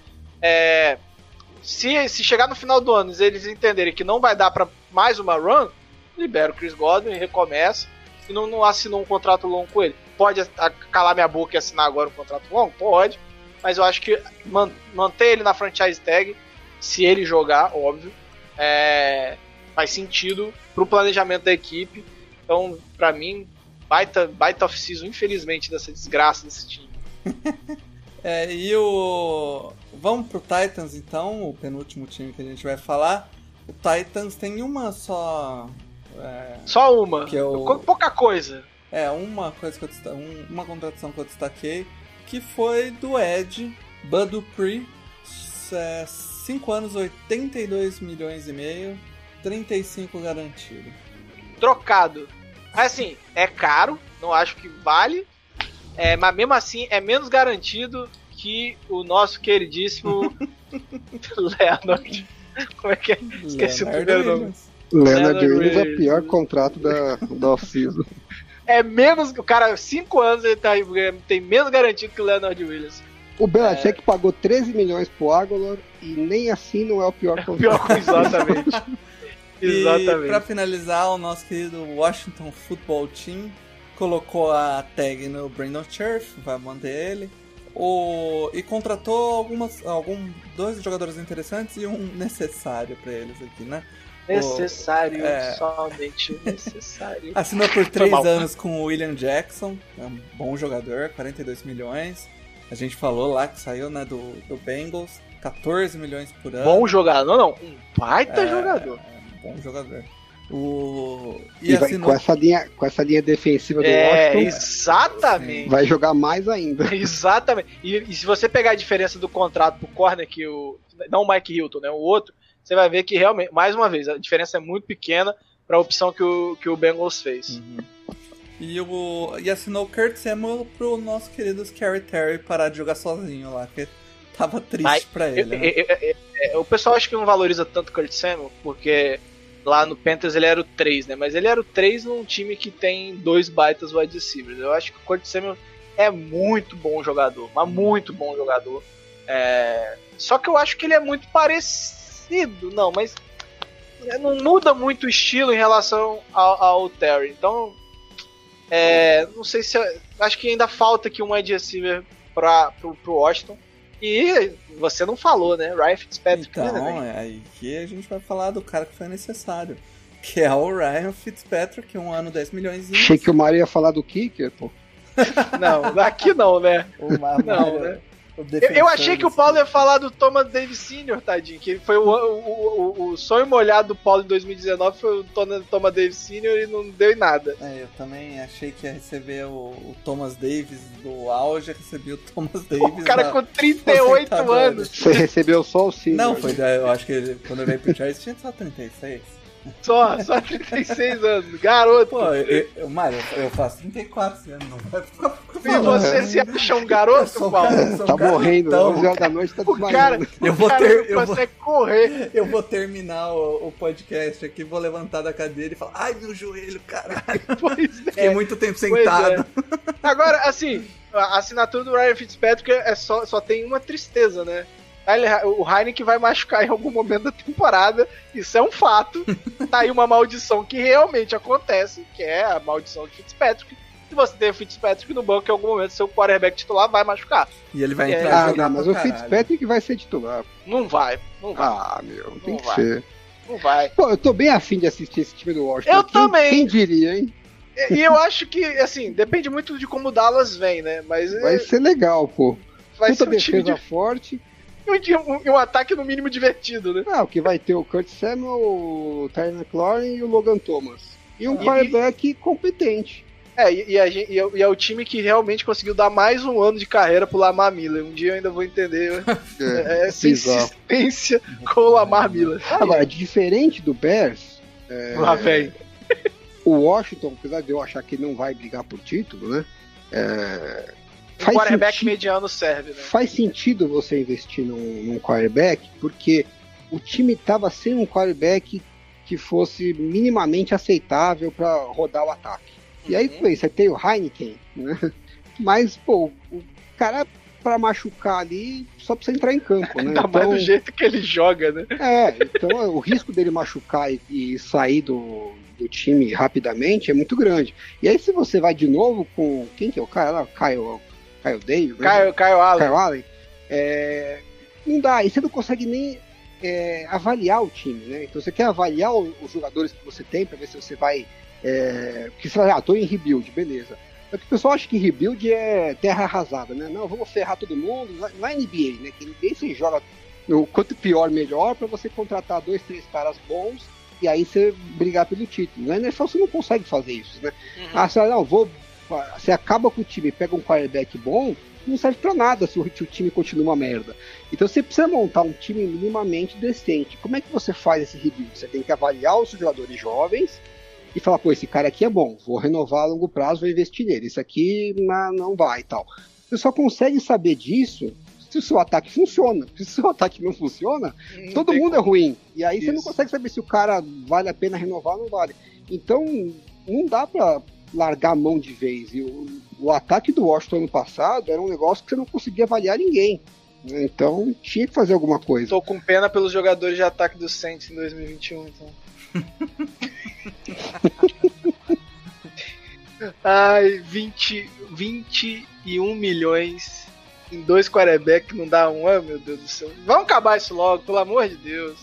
se chegar no final do ano eles entenderem que não vai dar pra mais uma run, libera o Chris Godwin, recomeça e não assinou um contrato longo com ele. Pode calar minha boca e assinar agora um contrato longo? Pode, mas eu acho que manter ele na franchise tag, se ele jogar, óbvio, faz sentido pro planejamento da equipe. Então, pra mim, baita off-season, infelizmente, dessa desgraça desse time. Vamos pro Titans, então, o penúltimo time que a gente vai falar. O Titans tem uma só... Só uma? Que pouca coisa. Uma coisa que uma contratação que eu destaquei, que foi do Ed Bud Dupree, 5 anos, 82 milhões e meio, 35 garantido. Trocado. Assim, é caro, não acho que vale, mas mesmo assim é menos garantido que o nosso queridíssimo Leonard. Como é que é? Esqueci o primeiro nome. Leonard Williams é o pior contrato da off-season. É menos, o cara, 5 anos ele tem menos garantido que o Leonard Williams. O Belichick pagou 13 milhões pro Aguilar e nem assim não é o pior contrato. Exatamente. E pra finalizar, o nosso querido Washington Football Team colocou a tag no Brandon Scherff, vai manter ele. E contratou 2 jogadores interessantes e um necessário pra eles aqui, né? Necessário, somente necessário. Assinou por 3 anos com o William Jackson, é um bom jogador, 42 milhões. A gente falou lá que saiu, né, do Bengals, 14 milhões por ano. Bom jogador, não. Um baita jogador. Bom jogador. E assinou... com essa linha defensiva do Washington. Exatamente. Vai jogar mais ainda. Exatamente. E se você pegar a diferença do contrato pro corner, não o Mike Hilton, né? O outro, você vai ver que realmente, mais uma vez, a diferença é muito pequena para a opção que o Bengals fez. E assinou o Kurt Samuel pro nosso querido Scary Terry parar de jogar sozinho lá, que tava triste pra ele. O pessoal acha que não valoriza tanto o Kurt Samuel, porque lá no Panthers ele era o 3, né? Mas ele era o 3 num time que tem 2 baitas wide receivers. Eu acho que o Kurt Samuel é muito bom jogador, mas muito bom jogador. Só que eu acho que ele é muito parecido, mas não muda muito o estilo em relação ao Terry. Então, não sei se... Acho que ainda falta aqui um wide receiver pro Washington. E você não falou, né? Ryan Fitzpatrick. Então, aí que a gente vai falar do cara que foi necessário. Que é o Ryan Fitzpatrick, 1 ano, 10 milhões. Achei que o Mário ia falar do kicker, pô. Não, aqui não, né? Não, né? Eu achei que o Paulo ia falar do Thomas Davis Sr., tadinho, que foi o sonho molhado do Paulo em 2019 foi o Thomas Davis Sr. e não deu em nada. Eu também achei que ia receber o Thomas Davis do auge, recebi o Thomas Davis. O cara com 38 anos. Você recebeu só o Sr. Não, eu acho que quando eu veio pro Chargers tinha só 36. Só 36 anos, garoto. Pô, Mário, eu faço 34 anos, não vai ficar. E você se acha um garoto, Paulo? Tá morrendo, então, 11 horas da noite, tá desmaiando. Eu vou terminar o podcast aqui, vou levantar da cadeira e falar, ai, meu joelho, caralho. Fiquei muito tempo sentado. Agora, assim, a assinatura do Ryan Fitzpatrick só tem uma tristeza, né? O Heineken vai machucar em algum momento da temporada, isso é um fato. Tá aí uma maldição que realmente acontece, que é a maldição de Fitzpatrick. Se você tem o Fitzpatrick no banco, em algum momento seu quarterback titular vai machucar. E ele vai entrar jogar mas o Fitzpatrick vai ser titular. Não vai. Meu, tem que ser. Não vai. Pô, eu tô bem afim de assistir esse time do Washington. Eu também. Quem diria, hein? E eu acho que, assim, depende muito de como o Dallas vem, né? Mas vai ser legal, pô. Vai ser um defesa forte. E um ataque no mínimo divertido, né? O que vai ter o Kurt Samuel, o Terry McLaurin e o Logan Thomas. E um quarterback competente. E é o time que realmente conseguiu dar mais um ano de carreira pro Lamar Miller. Um dia eu ainda vou entender essa insistência com o Lamar Miller. Agora, diferente do Bears, lá vem. O Washington, apesar de eu achar que ele não vai brigar por título, né? O quarterback mediano serve, né? Faz sentido você investir num quarterback, porque o time estava sem um quarterback que fosse minimamente aceitável para rodar o ataque. E aí, você tem o Heineken, né? Mas, pô, o cara para machucar ali só precisa entrar em campo, né? Ainda mais do jeito que ele joga, né? Então o risco dele machucar e sair do time rapidamente é muito grande. E aí, se você vai de novo com... Quem que é o cara lá? Kyle Davis? Kyle Allen. Não dá, e você não consegue nem avaliar o time, né? Então você quer avaliar os jogadores que você tem para ver se você vai... porque você fala, tô em rebuild, beleza. Só que o pessoal acha que rebuild é terra arrasada, né? Não, vamos ferrar todo mundo. Lá em NBA, né? Que NBA você joga quanto pior, melhor, para você contratar 2, 3 caras bons e aí você brigar pelo título. Na NFL você não consegue fazer isso, né? Você acaba com o time, pega um quarterback bom, não serve pra nada se o time continua uma merda. Então você precisa montar um time minimamente decente. Como é que você faz esse rebuild? Você tem que avaliar os jogadores jovens e falar, pô, esse cara aqui é bom, vou renovar a longo prazo, vou investir nele. Esse aqui não vai e tal. Você só consegue saber disso se o seu ataque funciona. Porque se o seu ataque não funciona, todo mundo é ruim. E aí você não consegue saber se o cara vale a pena renovar ou não vale. Então, não dá pra largar a mão de vez. E o ataque do Washington ano passado era um negócio que você não conseguia avaliar ninguém. Então, tinha que fazer alguma coisa. Tô com pena pelos jogadores de ataque do Saints em 2021, então. Ai, 21 milhões em 2 quarterbacks não dá um ano, meu Deus do céu. Vamos acabar isso logo, pelo amor de Deus.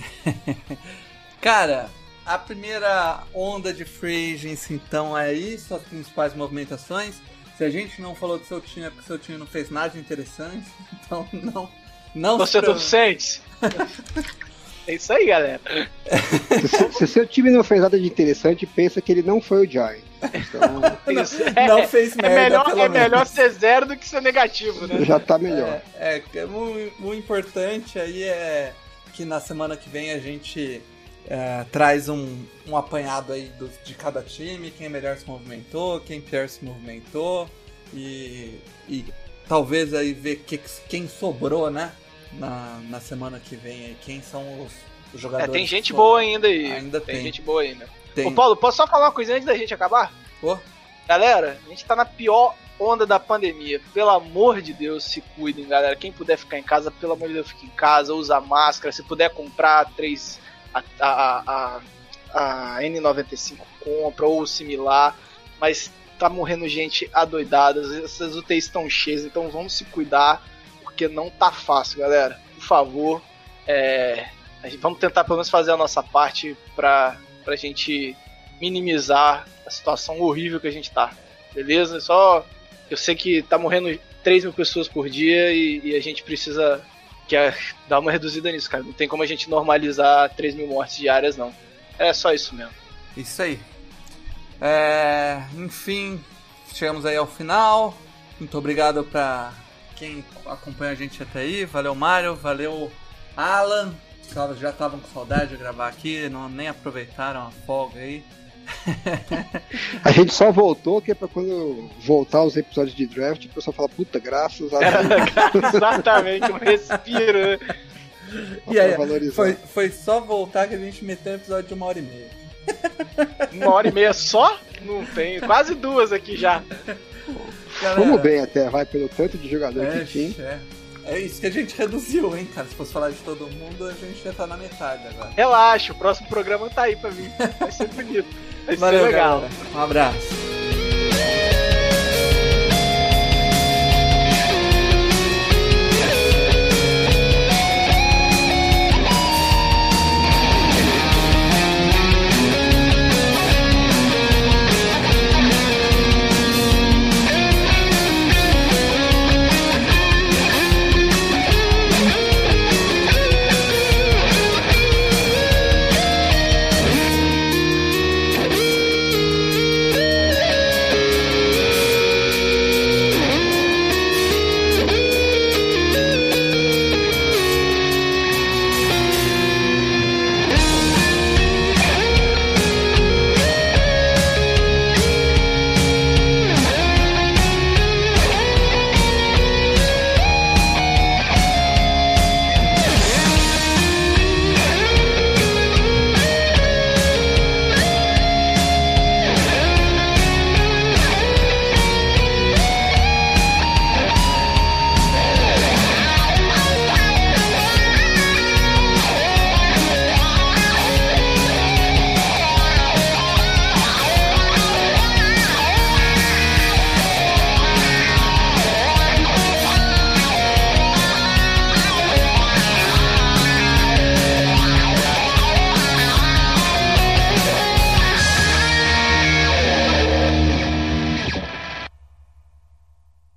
Cara, a primeira onda de free agency, então, é isso, as principais movimentações. Se a gente não falou do seu time é porque seu time não fez nada interessante, então não Você do Saints. É isso aí, galera. Se seu time não fez nada de interessante, pensa que ele não foi o Giants. Então, não fez merda, é melhor ser 0 do que ser negativo, né? Já tá melhor. O importante aí é que na semana que vem a gente traz um apanhado aí de cada time, quem melhor se movimentou, quem pior se movimentou e talvez aí ver quem sobrou, né? Na semana que vem aí, quem são os jogadores. Tem gente boa ainda aí. Tem gente boa ainda. Ô Paulo, posso só falar uma coisa antes da gente acabar? Pô? Galera, a gente tá na pior onda da pandemia. Pelo amor de Deus, se cuidem, galera. Quem puder ficar em casa, pelo amor de Deus, fique em casa, usa máscara. Se puder comprar a N95, compra ou similar. Mas tá morrendo gente adoidada. Essas UTIs estão cheias, então vamos se cuidar. Porque não tá fácil, galera. Por favor, vamos tentar pelo menos fazer a nossa parte pra gente minimizar a situação horrível que a gente tá. Beleza? Eu sei que tá morrendo 3 mil pessoas por dia e a gente precisa dar uma reduzida nisso, cara. Não tem como a gente normalizar 3 mil mortes diárias, não. É só isso mesmo. Isso aí. Enfim, chegamos aí ao final. Muito obrigado pra quem acompanha a gente até aí. Valeu, Mário. Valeu, Alan. Já estavam com saudade de gravar aqui, nem aproveitaram a folga aí. A gente só voltou que é pra quando voltar os episódios de draft, o pessoal fala, puta, graças a Deus. Exatamente, um respiro, né? E aí, foi só voltar que a gente meteu um episódio de 1h30. 1h30 só? Não tem, quase 2 aqui já. Fomos bem até, vai, pelo tanto de jogador que tinha. É isso que a gente reduziu, hein, cara. Se fosse falar de todo mundo, a gente já tá na metade agora. Relaxa, o próximo programa tá aí pra mim. Vai ser bonito. Vai Valeu, ser legal. Galera. Um abraço.